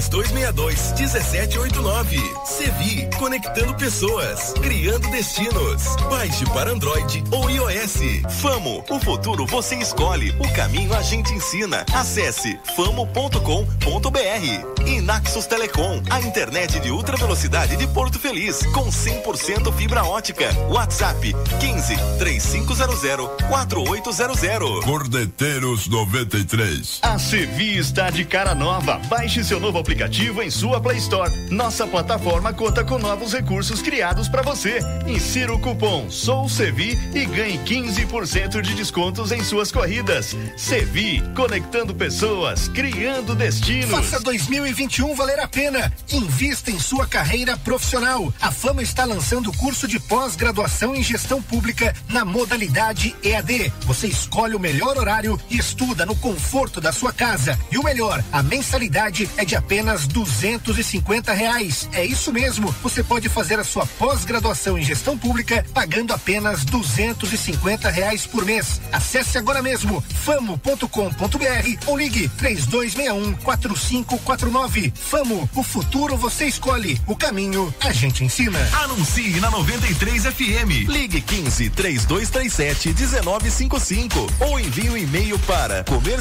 3262-1789. Sevi, conectando pessoas, criando destinos. Baixe para Android ou iOS. Famo, o futuro você escolhe, o caminho a gente ensina. Acesse famo.com.br. E Naxos Telecom, a internet de ultra velocidade de Porto Feliz, com 100% fibra ótica. WhatsApp 15 3500 4800. Cordeteiros 93. A Sevi está de cara nova. Baixe seu novo aplicativo em sua Play Store. Nossa plataforma conta com novos recursos criados para você. Insira o cupom SOUSEVI e ganhe 15% de descontos em suas corridas. Sevi, conectando pessoas, criando destinos. Faça 2021 valer a pena. Invista em sua carreira profissional. A Fama está lançando o curso de pós-graduação em gestão pública na modalidade EAD. Você escolhe o melhor horário e estuda no conforto da sua casa. E o melhor, a mensalidade é de apenas R$250. É isso mesmo. Você pode fazer a sua pós-graduação em gestão pública pagando apenas R$250 por mês. Acesse agora mesmo famo.com.br ou ligue 3261-4549. Famo, o futuro você escolhe, o caminho a gente ensina. Anuncie na 93 FM. Ligue 15 3237 1955 ou envie um e-mail para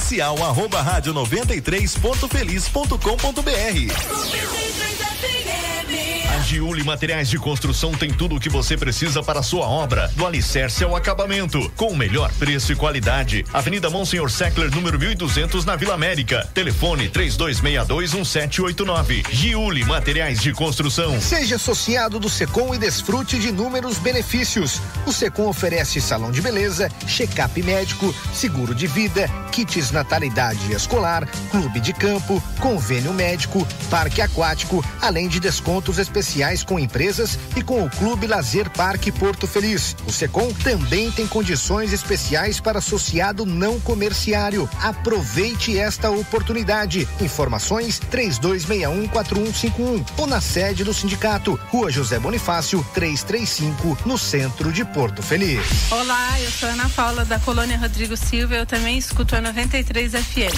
comercial@radio93.feliz.com.br. A Giuli Materiais de Construção tem tudo o que você precisa para a sua obra, do alicerce ao acabamento, com o melhor preço e qualidade. Avenida Monsenhor Seckler, número 1200, na Vila América. Telefone 32621789. Giuli Materiais de Construção. Seja associado do Secom e desfrute de inúmeros benefícios. O Secom oferece salão de beleza, check-up médico, seguro de vida, kits natalidade escolar, clube de campo, convênio médico, parque aquático, além de descontos especiais com empresas e com o Clube Lazer Parque Porto Feliz. O Secom também tem condições especiais para associado não comerciário. Aproveite esta oportunidade. Informações 32614151 ou na sede do sindicato, Rua José Bonifácio 335, no centro de Porto Feliz. Olá, eu sou Ana Paula da Colônia Rodrigo Silva, eu também escuto a 93 FM.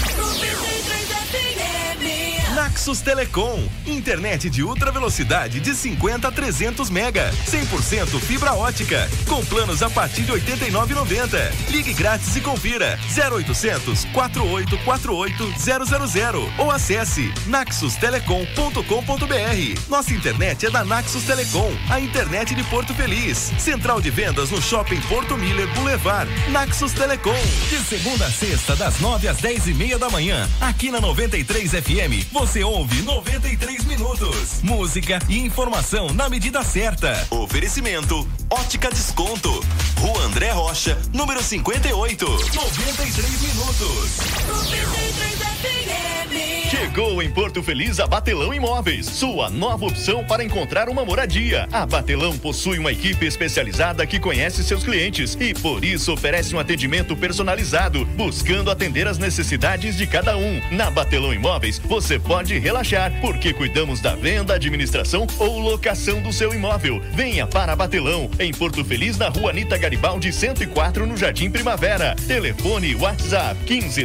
Naxos Telecom, internet de ultra velocidade de 50 a 300 mega, 100% fibra ótica, com planos a partir de R$ 89,90. Ligue grátis e confira 0800 4848 000 ou acesse naxostelecom.com.br. Nossa internet é da Naxos Telecom, a internet de Porto Feliz. Central de vendas no Shopping Porto Miller Boulevard. Naxos Telecom, de segunda a sexta das 9 às 10:30 da manhã, aqui na 93 FM. Você ouve 93 minutos. Música e informação na medida certa. Oferecimento Ótica Desconto. Rua André Rocha, número 58. 93 minutos. 93 FM. Chegou em Porto Feliz a Batelão Imóveis, sua nova opção para encontrar uma moradia. A Batelão possui uma equipe especializada que conhece seus clientes e por isso oferece um atendimento personalizado, buscando atender as necessidades de cada um. Na Batelão Imóveis, você pode relaxar, porque cuidamos da venda, administração ou locação do seu imóvel. Venha para a Batelão, em Porto Feliz, na Rua Anita Garibaldi 104, no Jardim Primavera. Telefone WhatsApp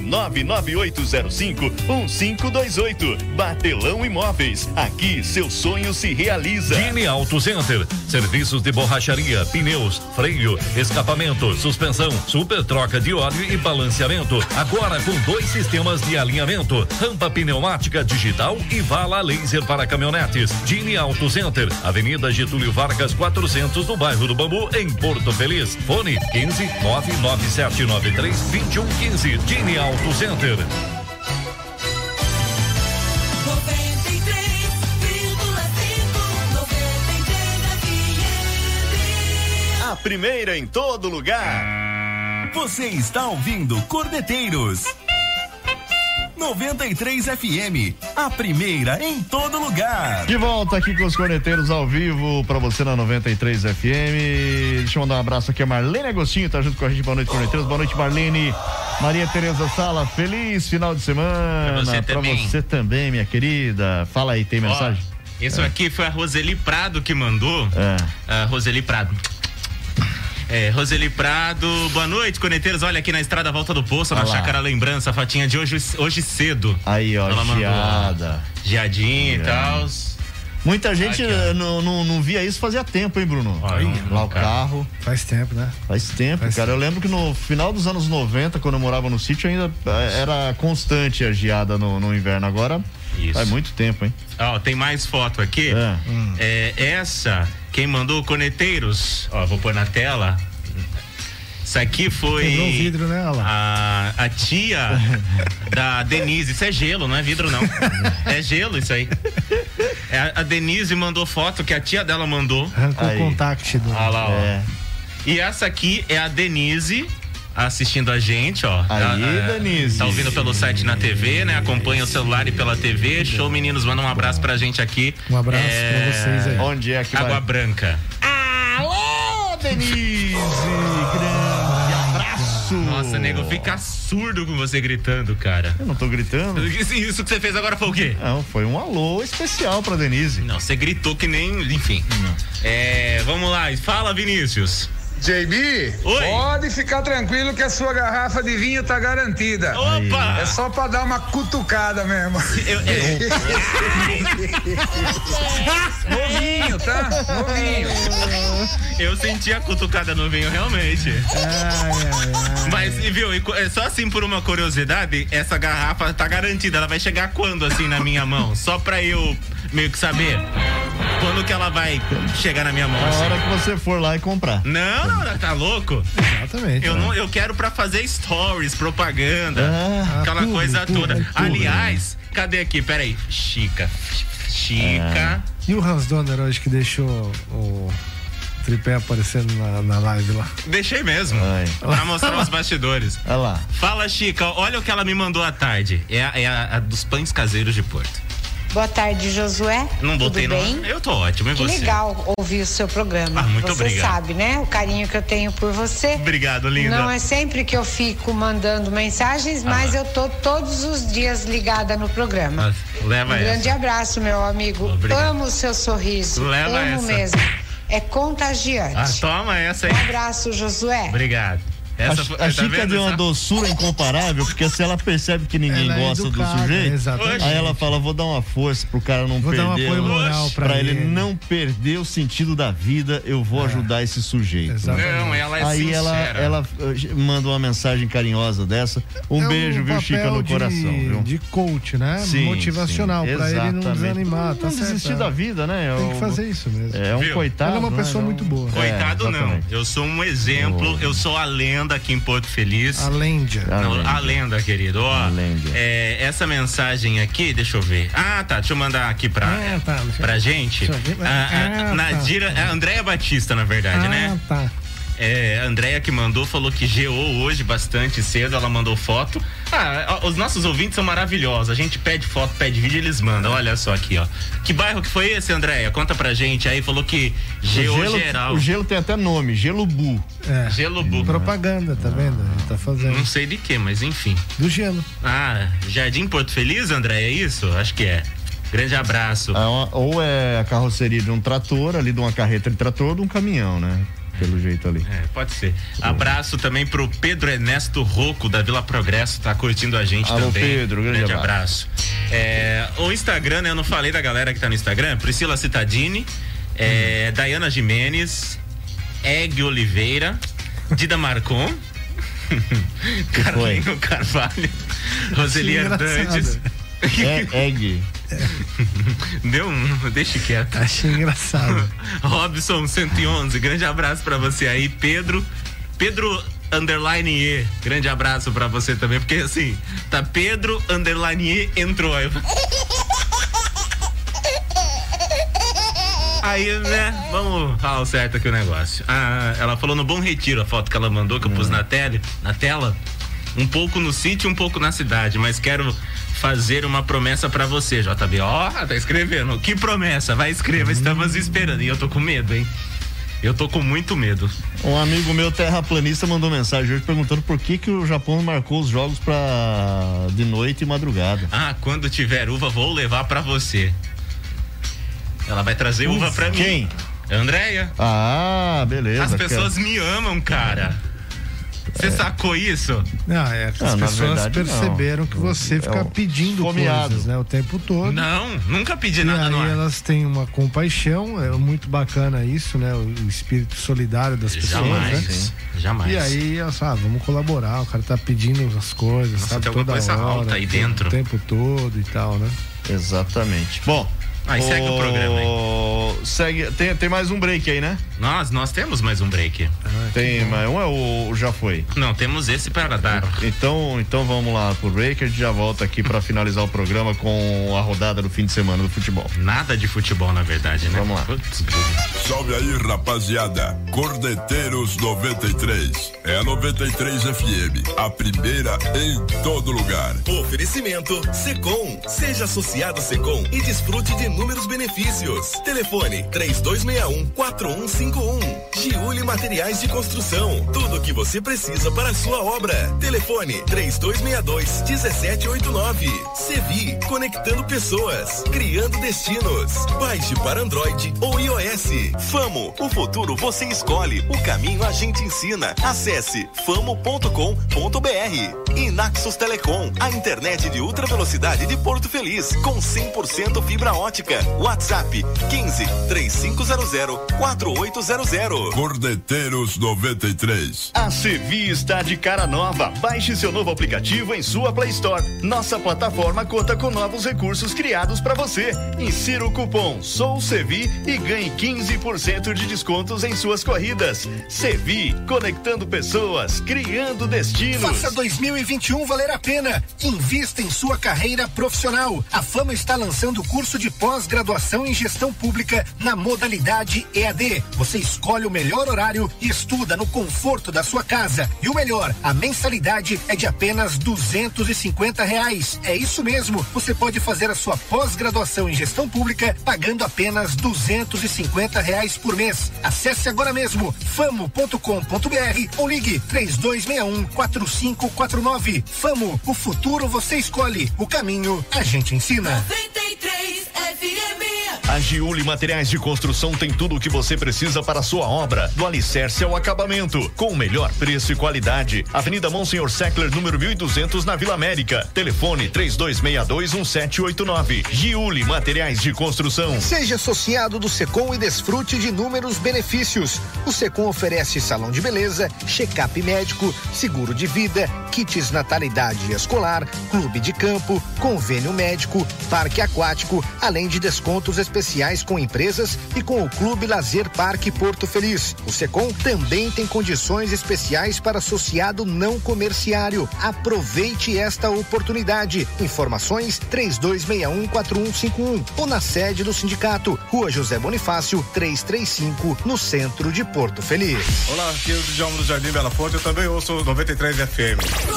15998051528. Batelão Imóveis. Aqui seu sonho se realiza. Gini Auto Center. Serviços de borracharia, pneus, freio, escapamento, suspensão, super troca de óleo e balanceamento. Agora com 2 sistemas de alinhamento, rampa pneumática digital e vala laser para caminhonetes. Gini Auto Center, Avenida Getúlio Vargas 400, no bairro do Bambu, em Porto Feliz. Fone 15 99793 2115. Gini Auto Center. A primeira em todo lugar. Você está ouvindo Cordeteiros 93 FM, a primeira em todo lugar. De volta aqui com os Corneteiros ao vivo pra você na 93 FM. Deixa eu mandar um abraço aqui a Marlene Agostinho, tá junto com a gente. Boa noite, Corneteiros. Boa noite, Marlene. Maria Tereza Sala, feliz final de semana pra você também, minha querida. Fala aí, tem mensagem? Isso aqui foi a Roseli Prado que mandou. Roseli Prado. Roseli Prado, boa noite, Corneteiros. Olha aqui na estrada Volta do Poço, na Chácara Lembrança, a fotinha de hoje cedo. Aí, ó, ela geada. Geadinha e tal. Muita gente não via isso fazia tempo, hein, Bruno? Lá o carro. Faz tempo, né? Faz tempo, cara. Eu lembro que no final dos anos 90, quando eu morava no sítio, ainda era constante a geada no inverno. Agora faz muito tempo, hein? Ó, tem mais foto aqui. Essa, quem mandou, Corneteiros, ó, vou pôr na tela. Isso aqui foi quebrou o vidro, né? a tia da Denise. Isso é gelo, não é vidro, não. É gelo isso aí. A Denise mandou foto que a tia dela mandou. Arrancou o contact do... Olha lá, ó. E essa aqui é a Denise assistindo a gente, ó. Denise. Tá ouvindo pelo site na TV, né? Acompanha o celular e pela TV. Show, meninos. Manda um abraço pra gente aqui. Um abraço pra vocês aí. Onde é que Água Branca. Alô, Denise! Grande abraço! Nossa, nego, fica surdo com você gritando, cara. Eu não tô gritando. Isso que você fez agora foi o quê? Não, foi um alô especial pra Denise. Não, você gritou que nem... Enfim. Vamos lá. Fala, Vinícius. JB, pode ficar tranquilo que a sua garrafa de vinho tá garantida. Opa! É só pra dar uma cutucada mesmo. Novinho, tá? Novinho. Eu senti a cutucada no vinho, realmente. Mas, viu, só assim por uma curiosidade, essa garrafa tá garantida. Ela vai chegar quando, assim, na minha mão? Só pra eu meio que saber quando que ela vai chegar na minha mão. A hora que você for lá e comprar. Não, tá louco? Exatamente. Eu quero pra fazer stories, propaganda, aquela coisa toda. Aliás, cadê aqui? Peraí. Chica. E o Hans Donner hoje que deixou o tripé aparecendo na live lá? Deixei mesmo. Pra mostrar os bastidores. Olha lá. Fala, Chica, olha o que ela me mandou à tarde. É a dos pães caseiros de Porto. Boa tarde, Josué. Não botei, tudo não. bem? Eu tô ótimo, e que você? Legal ouvir o seu programa. Muito você obrigado. sabe, né? O carinho que eu tenho por você. Obrigado, linda. Não é sempre que eu fico mandando mensagens, mas eu tô todos os dias ligada no programa. Leva essa. Grande abraço, meu amigo. Obrigado. Amo o seu sorriso. Leva Amo essa. mesmo. É contagiante. Toma essa aí. Um abraço, Josué. Obrigado. A Chica deu uma doçura incomparável, porque se ela percebe que ninguém gosta do sujeito, aí ela fala, vou dar uma força pro cara não perder. Dar um apoio moral pra ele não perder o sentido da vida, eu vou ajudar esse sujeito. Não, ela é aí sincera. ela manda uma mensagem carinhosa dessa. Um beijo, viu, Chica, no coração. Viu? De coach, né? Sim, motivacional, pra ele não desanimar. Não desistir da vida, né? Tem que fazer isso mesmo. É um coitado. Ele é uma pessoa muito boa. Coitado não. Eu sou um exemplo, eu sou a lenda aqui em Porto Feliz. A lenda. A lenda, querido. Ó, essa mensagem aqui, deixa eu ver. Deixa eu mandar aqui pra gente. A Andréia Batista, na verdade, né? A Andréia que mandou, falou que geou hoje bastante cedo, ela mandou foto. Os nossos ouvintes são maravilhosos. A gente pede foto, pede vídeo, eles mandam. Olha só aqui, ó. Que bairro que foi esse, Andréia? Conta pra gente aí, falou que geou geral. O gelo tem até nome, Gelubu. Gelubu. Propaganda, tá vendo? Ele tá fazendo. Não sei de que, mas enfim. Do gelo. Jardim Porto Feliz, Andréia, é isso? Acho que é. Grande abraço. Ou é a carroceria de um trator, ali de uma carreta de trator, ou de um caminhão, né? Pelo jeito ali. Pode ser. Abraço também pro Pedro Ernesto Rocco, da Vila Progresso, tá curtindo a gente também. Pedro, grande abraço. O Instagram, né? Eu não falei da galera que tá no Instagram. Priscila Cittadini, Dayana Jimenez, Egg Oliveira, Dida Marcon, Carlinho Carvalho, Roseli Hernandes. Egg. Deixa quieto. Achei engraçado. Robson 111, grande abraço pra você aí. Pedro underline E, grande abraço pra você também, porque assim, tá Pedro underline E entrou. Aí, né, vamos falar certo aqui o negócio. Ela falou no Bom Retiro, a foto que ela mandou, que eu pus na tela, um pouco no sítio, um pouco na cidade, mas quero fazer uma promessa pra você, JB. Tá escrevendo. Que promessa? Vai escrever, estamos esperando. E eu tô com medo, hein? Eu tô com muito medo. Um amigo meu terraplanista mandou mensagem hoje perguntando por que o Japão marcou os jogos de noite e madrugada. Quando tiver uva, vou levar pra você. Ela vai trazer uva pra mim. Quem? Andréia. Beleza. As pessoas me amam, cara. Você sacou isso? Não, é que as pessoas perceberam que você fica pedindo coisas, né, o tempo todo. Não, nunca pedi nada no ar. E aí elas têm uma compaixão, é muito bacana isso, né, o espírito solidário das pessoas, jamais, né? Jamais. E aí, vamos colaborar, o cara tá pedindo as coisas, Nossa, sabe, tem toda coisa hora, alta aí dentro. o tempo todo e tal, né? Exatamente. Bom, aí segue o programa aí. Segue, tem mais um break aí, né? Nós temos mais um break. Tem mais um ou já foi? Não, temos esse para dar. Então vamos lá pro break, a gente já volta aqui para finalizar o programa com a rodada do fim de semana do futebol. Nada de futebol, na verdade, né? Vamos lá. Salve aí, rapaziada. Cordeteiros 93. É a 93 FM, a primeira em todo lugar. Oferecimento Secom. Seja associado Secom e desfrute de inúmeros benefícios. Telefone 3261-4151. Giuli Materiais de Construção. Tudo o que você precisa para a sua obra. Telefone 3262-1789. Sevi, conectando pessoas, criando destinos. Baixe para Android ou iOS. Famo, o futuro você escolhe, o caminho a gente ensina. Acesse famo.com.br. E Naxos Telecom, a internet de ultra velocidade de Porto Feliz, com 100% fibra ótica. WhatsApp 15-3500-4800. Cordeteiros 93. A Sevi está de cara nova. Baixe seu novo aplicativo em sua Play Store. Nossa plataforma conta com novos recursos criados para você. Insira o cupom SOUSEVI e ganhe 15% de descontos em suas corridas. Sevi, conectando pessoas, criando destinos. Faça 2021 valer a pena. Invista em sua carreira profissional. A Fama está lançando o curso de pós-graduação em gestão pública na modalidade EAD. Você escolhe o melhor horário e estuda no conforto da sua casa. E o melhor, a mensalidade é de apenas R$250. É isso mesmo. Você pode fazer a sua pós-graduação em gestão pública pagando apenas R$250 por mês. Acesse agora mesmo famo.com.br ou ligue 3261-4549. Famo, o futuro você escolhe. O caminho a gente ensina. 93 FM. A Giuli Materiais de Construção tem tudo o que você precisa para a sua obra, do alicerce ao acabamento, com o melhor preço e qualidade. Avenida Monsenhor Seckler, número 1200, na Vila América. Telefone 3262-1789. Giuli Materiais de Construção. Seja associado do Secom e desfrute de inúmeros benefícios. O Secom oferece salão de beleza, check-up médico, seguro de vida, kits natalidade escolar, clube de campo, convênio médico, parque aquático, além de descontos especiais com empresas e com o Clube Lazer Parque Porto Feliz. O Secom também tem condições especiais para associado não comerciário. Aproveite esta oportunidade. Informações 3261-4151 ou na sede do sindicato, Rua José Bonifácio 335, no centro de Porto Feliz. Olá, aqui é o Djalma do Jardim Bela Fonte, eu também ouço 93 FM.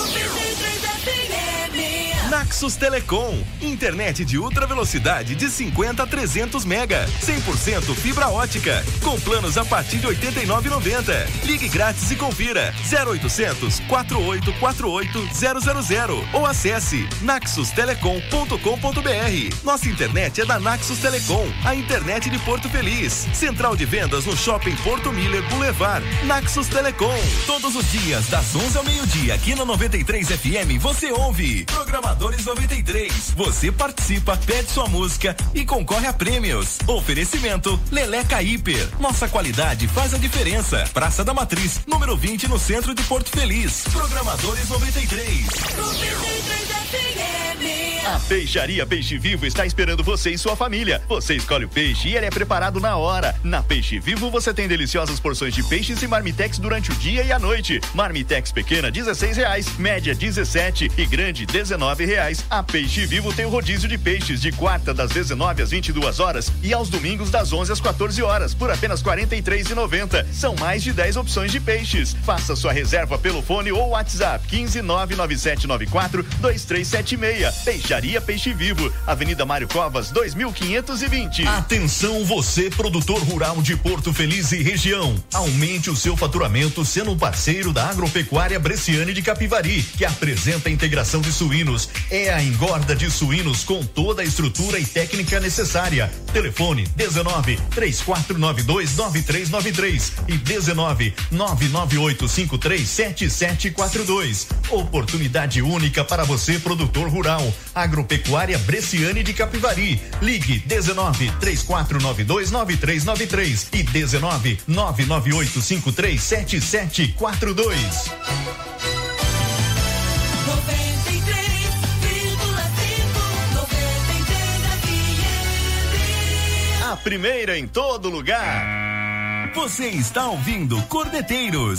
Naxos Telecom, internet de ultra velocidade de 50 a 300 mega, 100% fibra ótica, com planos a partir de R$ 89,90. Ligue grátis e confira 0800 4848 000 ou acesse naxostelecom.com.br. Nossa internet é da Naxos Telecom, a internet de Porto Feliz. Central de vendas no Shopping Porto Miller Boulevard. Naxos Telecom. Todos os dias das 11 ao meio-dia aqui na 93 FM você ouve Programadores 93. Você participa, pede sua música e concorre a prêmios. Oferecimento Leleca Hiper. Nossa qualidade faz a diferença. Praça da Matriz, número 20, no centro de Porto Feliz. Programadores 93. A Peixaria Peixe Vivo está esperando você e sua família. Você escolhe o peixe e ele é preparado na hora. Na Peixe Vivo você tem deliciosas porções de peixes e marmitex durante o dia e a noite. Marmitex pequena R$16, média R$17 e grande R$19. A Peixe Vivo tem o rodízio de peixes de quarta das 19 às 22 horas e aos domingos das 11 às 14 horas por apenas R$43,90. São mais de 10 opções de peixes. Faça sua reserva pelo fone ou WhatsApp 15997942376. Peixaria Peixe Vivo, Avenida Mário Covas 2520. Atenção você, produtor rural de Porto Feliz e região. Aumente o seu faturamento sendo um parceiro da Agropecuária Bresciane de Capivari, que apresenta a integração de suínos, é a engorda de suínos com toda a estrutura e técnica necessária. Telefone 19-3492-9393 e 19-99853-7742. Oportunidade única para você, produtor rural. Agropecuária Bresciane de Capivari. Ligue 19-3492-9393 e 19-99853-7742. A primeira em todo lugar. Você está ouvindo Cordeteiros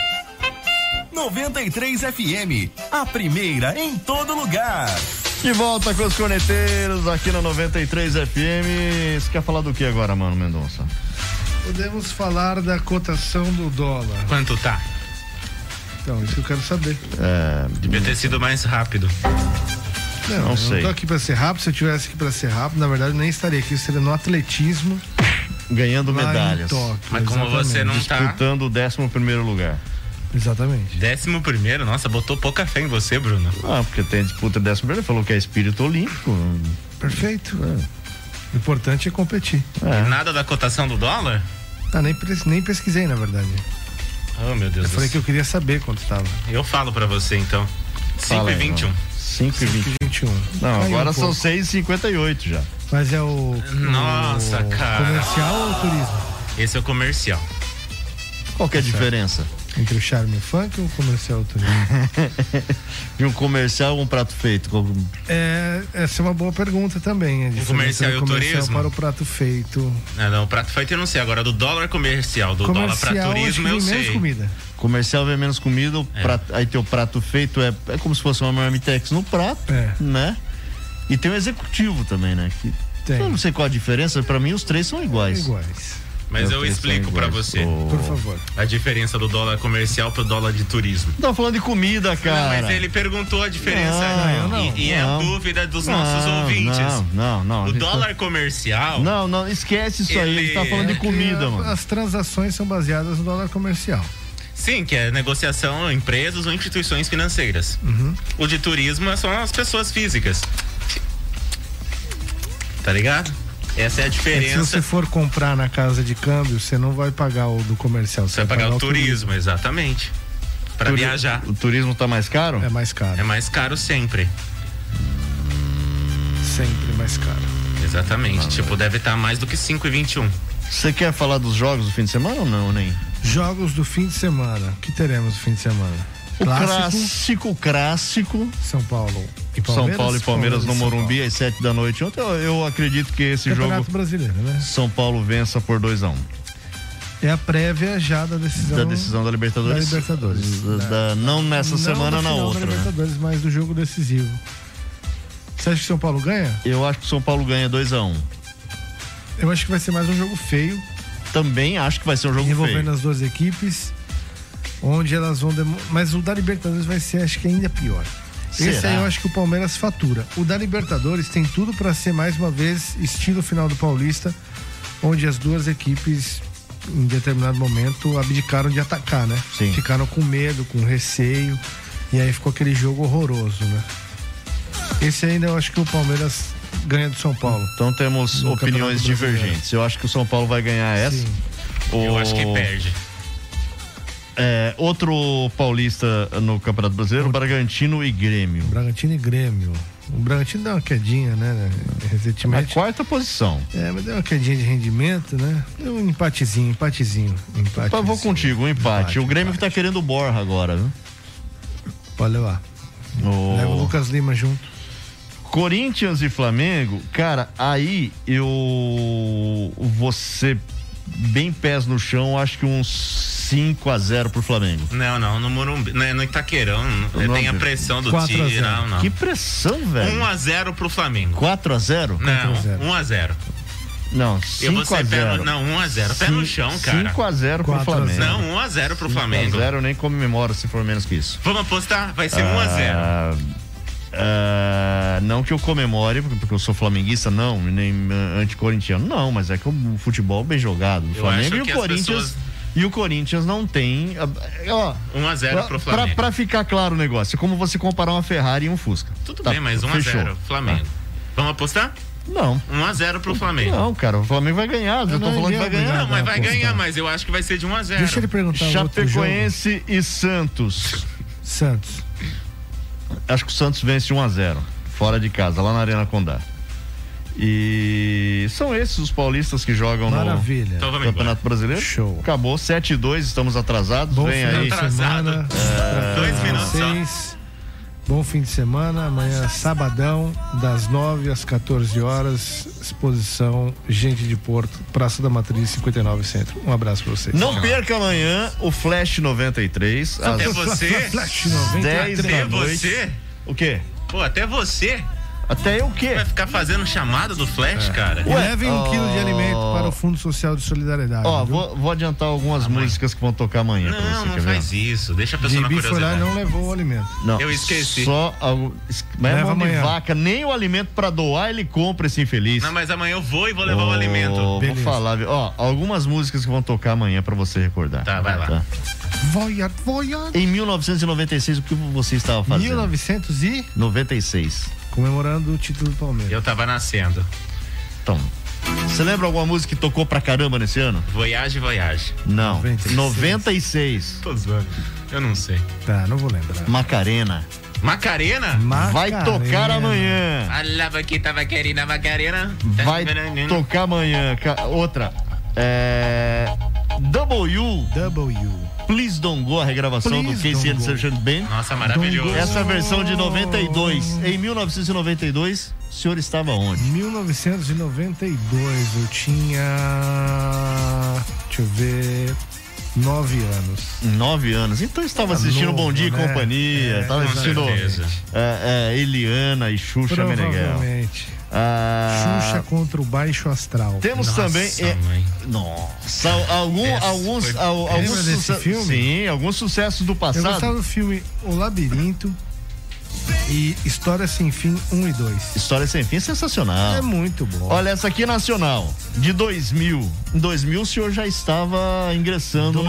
93 FM, a primeira em todo lugar. De volta com os corneteiros aqui no 93 FM. Você quer falar do que agora, mano Mendonça? Podemos falar da cotação do dólar. Quanto tá? Então, isso que eu quero saber. Devia ter sido mais rápido. Não sei. Eu não tô aqui pra ser rápido. Se eu tivesse aqui pra ser rápido, na verdade, eu nem estaria aqui. Eu seria no atletismo. Ganhando medalhas. Tóquio, mas como você não tá. Disputando o 11º lugar. Exatamente. 11º? Nossa, botou pouca fé em você, Bruno. Ah, porque tem disputa 11º. Ele falou que é espírito olímpico. Perfeito. O importante é competir. Nada da cotação do dólar? Ah, nem pesquisei, na verdade. Oh, meu Deus. Eu falei que eu queria saber quanto estava. Eu falo pra você, então. 5,21. 5,21. Não, agora são 6,58 já. Mas é o. Nossa, cara. Comercial ou turismo? Esse é o comercial. Qual que é a diferença? Entre o charme e o funk ou o comercial ou o turismo? E um comercial ou um prato feito? Essa é uma boa pergunta também. O comercial e o turismo? Para o prato feito. Não, o prato feito eu não sei. Agora do dólar comercial, do dólar para turismo eu sei. Menos comida. Comercial vem menos comida, aí tem o prato feito, é como se fosse uma marmitex no prato, né? E tem o executivo também, né? Que eu não sei qual a diferença, pra mim os três são iguais. Mas eu explico pra você. Por favor. A diferença do dólar comercial pro dólar de turismo. Não, falando de comida, cara. Não, mas ele perguntou a diferença. E é a dúvida dos nossos ouvintes. Não. O dólar comercial. Não, esquece isso aí. Ele tá falando de comida, mano. As transações são baseadas no dólar comercial. Sim, que é negociação empresas ou instituições financeiras. O de turismo são as pessoas físicas. Tá ligado? Essa é a diferença. Se você for comprar na casa de câmbio, você não vai pagar o do comercial. Você vai pagar o turismo, exatamente. Pra viajar. O turismo tá mais caro? É mais caro. É mais caro sempre. Sempre mais caro. Exatamente. Deve estar mais do que 5,21. Você quer falar dos jogos do fim de semana ou não, nem? Jogos do fim de semana. O que teremos no fim de semana? O clássico. São Paulo e Palmeiras no Morumbi às 7 da noite. Ontem eu acredito que esse Campeonato jogo brasileiro, né? São Paulo vença por 2-1. É a prévia já da decisão da Libertadores. Não nessa semana, na outra. Da Libertadores, mas do jogo decisivo. Você acha que São Paulo ganha? Eu acho que São Paulo ganha 2-1. Eu acho que vai ser mais um jogo feio. Também acho que vai ser um jogo envolvendo feio. As duas equipes, onde elas vão mas o da Libertadores vai ser, acho que ainda pior. Será? Esse aí eu acho que o Palmeiras fatura. O da Libertadores tem tudo para ser mais uma vez estilo final do Paulista, onde as duas equipes em determinado momento abdicaram de atacar, né? Sim. Ficaram com medo, com receio, e aí ficou aquele jogo horroroso, né? Esse ainda eu acho que o Palmeiras ganha do São Paulo. Então temos opiniões divergentes. Eu acho que o São Paulo vai ganhar essa. Sim. Eu acho que perde. Outro paulista no Campeonato Brasileiro, Bragantino e Grêmio. Bragantino e Grêmio. O Bragantino deu uma quedinha, né? Recentemente. Na quarta posição. Mas deu uma quedinha de rendimento, né? Deu um empatezinho. Eu vou contigo, um empate. O Grêmio que tá querendo o Borja agora, viu? Pode levar. Leva o Lucas Lima junto. Corinthians e Flamengo, cara, aí eu vou ser bem pés no chão, acho que uns 5-0 pro Flamengo. Não, no Morumbi, no Itaquerão, tem a pressão do time, não. Que pressão, velho. 1-0 pro Flamengo. 4-0? Não, 1-0. Não, 5-0. Não, 1-0. Pé no chão, cara. 5-0 pro Flamengo. Não, 1-0 pro Flamengo. 1-0 eu nem comemoro se for menos que isso. Vamos apostar? Vai ser 1-0. Não que eu comemore, porque eu sou flamenguista, não, nem anticorintiano, não, mas é que o futebol bem jogado. O Flamengo e o Corinthians E o Corinthians não tem. 1-0 pro Flamengo. Pra ficar claro o negócio, é como você comparar uma Ferrari e um Fusca. Tudo bem, mas 1-0 Flamengo. Vamos apostar? Não. 1-0 pro Flamengo. Não, cara, o Flamengo vai ganhar. Eu tô falando que vai ganhar. Não, mas vai ganhar, mas eu acho que vai ser de 1-0. Deixa ele perguntar. Chapecoense e Santos. Acho que o Santos vence 1-0. Fora de casa, lá na Arena Condá. E são esses os paulistas que jogam no Campeonato Brasileiro. Show. Acabou, 7-2, estamos atrasados. Bom Vem fim aí. de semana. 2 minutos só. Bom fim de semana. Amanhã, sabadão, das 9 às 14 horas. Exposição Gente de Porto, Praça da Matriz, 59 Centro. Um abraço pra vocês. Não perca amanhã o Flash 93. Até você? Flash 93. 10 da noite. Você? O quê? Pô, até você? Até eu o quê? Vai ficar fazendo chamada do Flash, cara? E levem 1 quilo de alimento para o Fundo Social de Solidariedade. Vou adiantar algumas músicas que vão tocar amanhã. Não faz isso. Deixa a pessoa na curiosidade. Foi lá e curiosidade. não levou o alimento. Não, eu esqueci. Só mas leva mão de amanhã. vaca, nem o alimento pra doar ele compra esse infeliz. Não, mas amanhã eu vou e vou levar o alimento. Vou falar, algumas músicas que vão tocar amanhã pra você recordar. Tá, vai lá. Voia. Em 1996, o que você estava fazendo? 1996. Comemorando o título do Palmeiras. Eu tava nascendo. Então, você lembra alguma música que tocou pra caramba nesse ano? Voyage. Não, 96. Tô zoando. Eu não sei. Tá, não vou lembrar. Macarena. Vai tocar amanhã. Alava que tava querendo a Macarena. Vai tocar amanhã. Outra. W. Please Don't Go, a regravação do Casey and the Sunshine Band. Nossa, maravilhoso. Essa versão de 92. Em 1992, o senhor estava onde? 1992, eu tinha. Deixa eu ver. 9 anos. 9 anos. Então estava assistindo Bom Dia e Companhia. Estava assistindo Eliana e Xuxa Meneghel. Xuxa contra o Baixo Astral. Temos também. Nossa, alguns desse filme? Sim, alguns sucessos do passado. Eu gostava do filme O Labirinto e História Sem Fim 1 e 2. História Sem Fim é sensacional. É muito bom. Olha, essa aqui é nacional, de 2000. Em 2000 o senhor já estava ingressando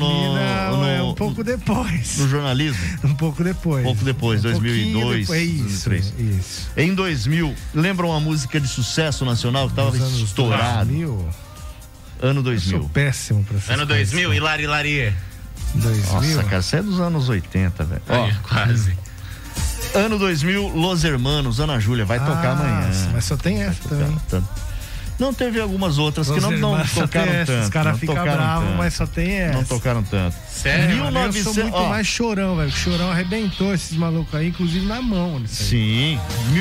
um pouco depois. No jornalismo? Um pouco depois. 2002. Isso. Em 2000, lembra uma música de sucesso nacional que estava estourado? Ano 2000. Eu sou péssimo pra essas Ano 2000, coisas. Hilari. 2000? Nossa, cara, você é dos anos 80, velho. Quase. Ano 2000, Los Hermanos, Ana Júlia, vai tocar amanhã. Mas só tem essa também. Não, teve algumas outras que não tocaram tanto. Os caras ficam bravos, mas só tem essa. Não tocaram tanto. Sério? Eu sou muito mais Chorão, velho. Chorão arrebentou esses malucos aí, inclusive na mão. Sim.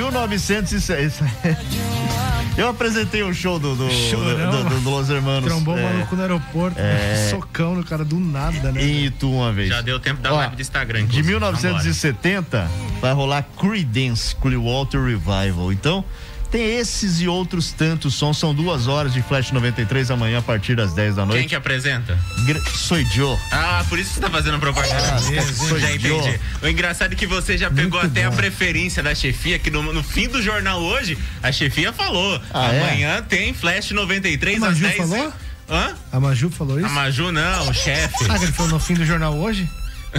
1906. Eu apresentei o show do Los Hermanos. Trombou o maluco no aeroporto. Socão no cara do nada, né? Em Itu uma vez. Já deu tempo da live do Instagram. De 1970 vai rolar Creedence Clearwater Revival. Então, tem esses e outros tantos sons. São 2 horas de Flash 93 amanhã a partir das 10 da noite. Quem que apresenta? Sou Joe. Por isso que você tá fazendo propaganda. Já entendi. O engraçado é que você já pegou até a preferência da chefia, que no fim do jornal hoje, a chefia falou. Amanhã tem Flash 93 às 10. Falou? Hã? A Maju falou isso? A Maju não, o chefe. Que ele falou no fim do jornal hoje?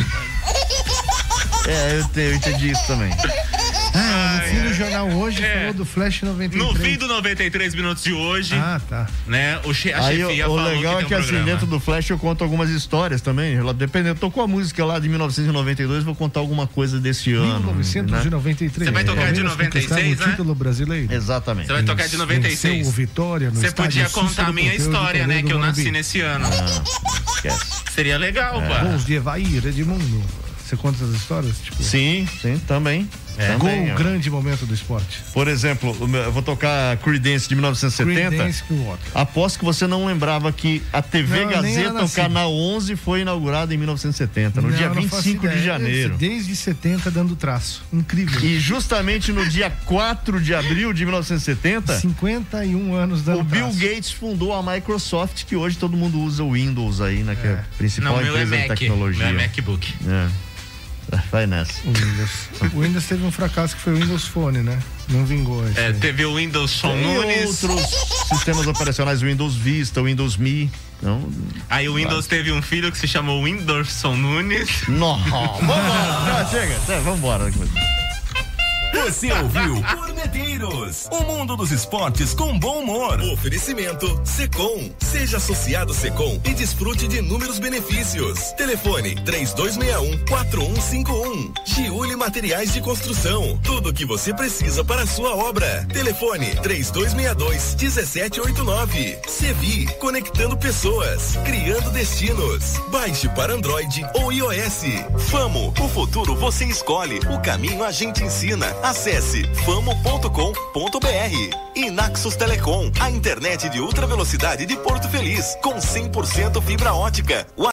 Eu entendi isso também. No fim do jornal hoje falou do Flash 93. No fim do 93 minutos de hoje. Tá. Né? A chefia o falou legal que é que assim, dentro do Flash eu conto algumas histórias também. Dependendo, tocou a música lá de 1992, vou contar alguma coisa desse ano. 1993. Você vai tocar de 96, né? Título brasileiro. Exatamente. Você vai tocar de 96. O Vitória no Você podia contar a minha história, né? Que eu nasci nesse ano. Esquece. Seria legal, pá. Bons dias, vai, Edmundo. Você conta as histórias? Tipo... Sim, também. Gol, grande momento do esporte. Por exemplo, eu vou tocar Creedence de 1970. Aposto que você não lembrava que a TV Gazeta, o canal 11, foi inaugurado em 1970, no dia 25 de janeiro. Desde 70 dando traço. Incrível. E justamente no dia 4 de abril de 1970, 51 anos dando traço. O Bill Gates fundou a Microsoft, que hoje todo mundo usa o Windows aí, né? Que é a principal empresa de tecnologia. Meu é MacBook. Vai nessa. O Windows teve um fracasso que foi o Windows Phone, né? Não vingou. Teve o Windows Phone Nunes. Outros sistemas operacionais Windows Vista, Windows Me. Então, aí o Windows teve um filho que se chamou Whindersson Nunes. Não, vambora. Chega, vambora. Você ouviu Corneteiros, o mundo dos esportes com bom humor. Oferecimento Secom. Seja associado Secom e desfrute de inúmeros benefícios. Telefone 3261-4151. Giuli Materiais de Construção. Tudo o que você precisa para a sua obra. Telefone 3262-1789. Sevi, conectando pessoas, criando destinos. Baixe para Android ou iOS. Famo, o futuro você escolhe, o caminho a gente ensina. Acesse famo.com.br. E Naxos Telecom, a internet de ultra velocidade de Porto Feliz, com 100% fibra ótica.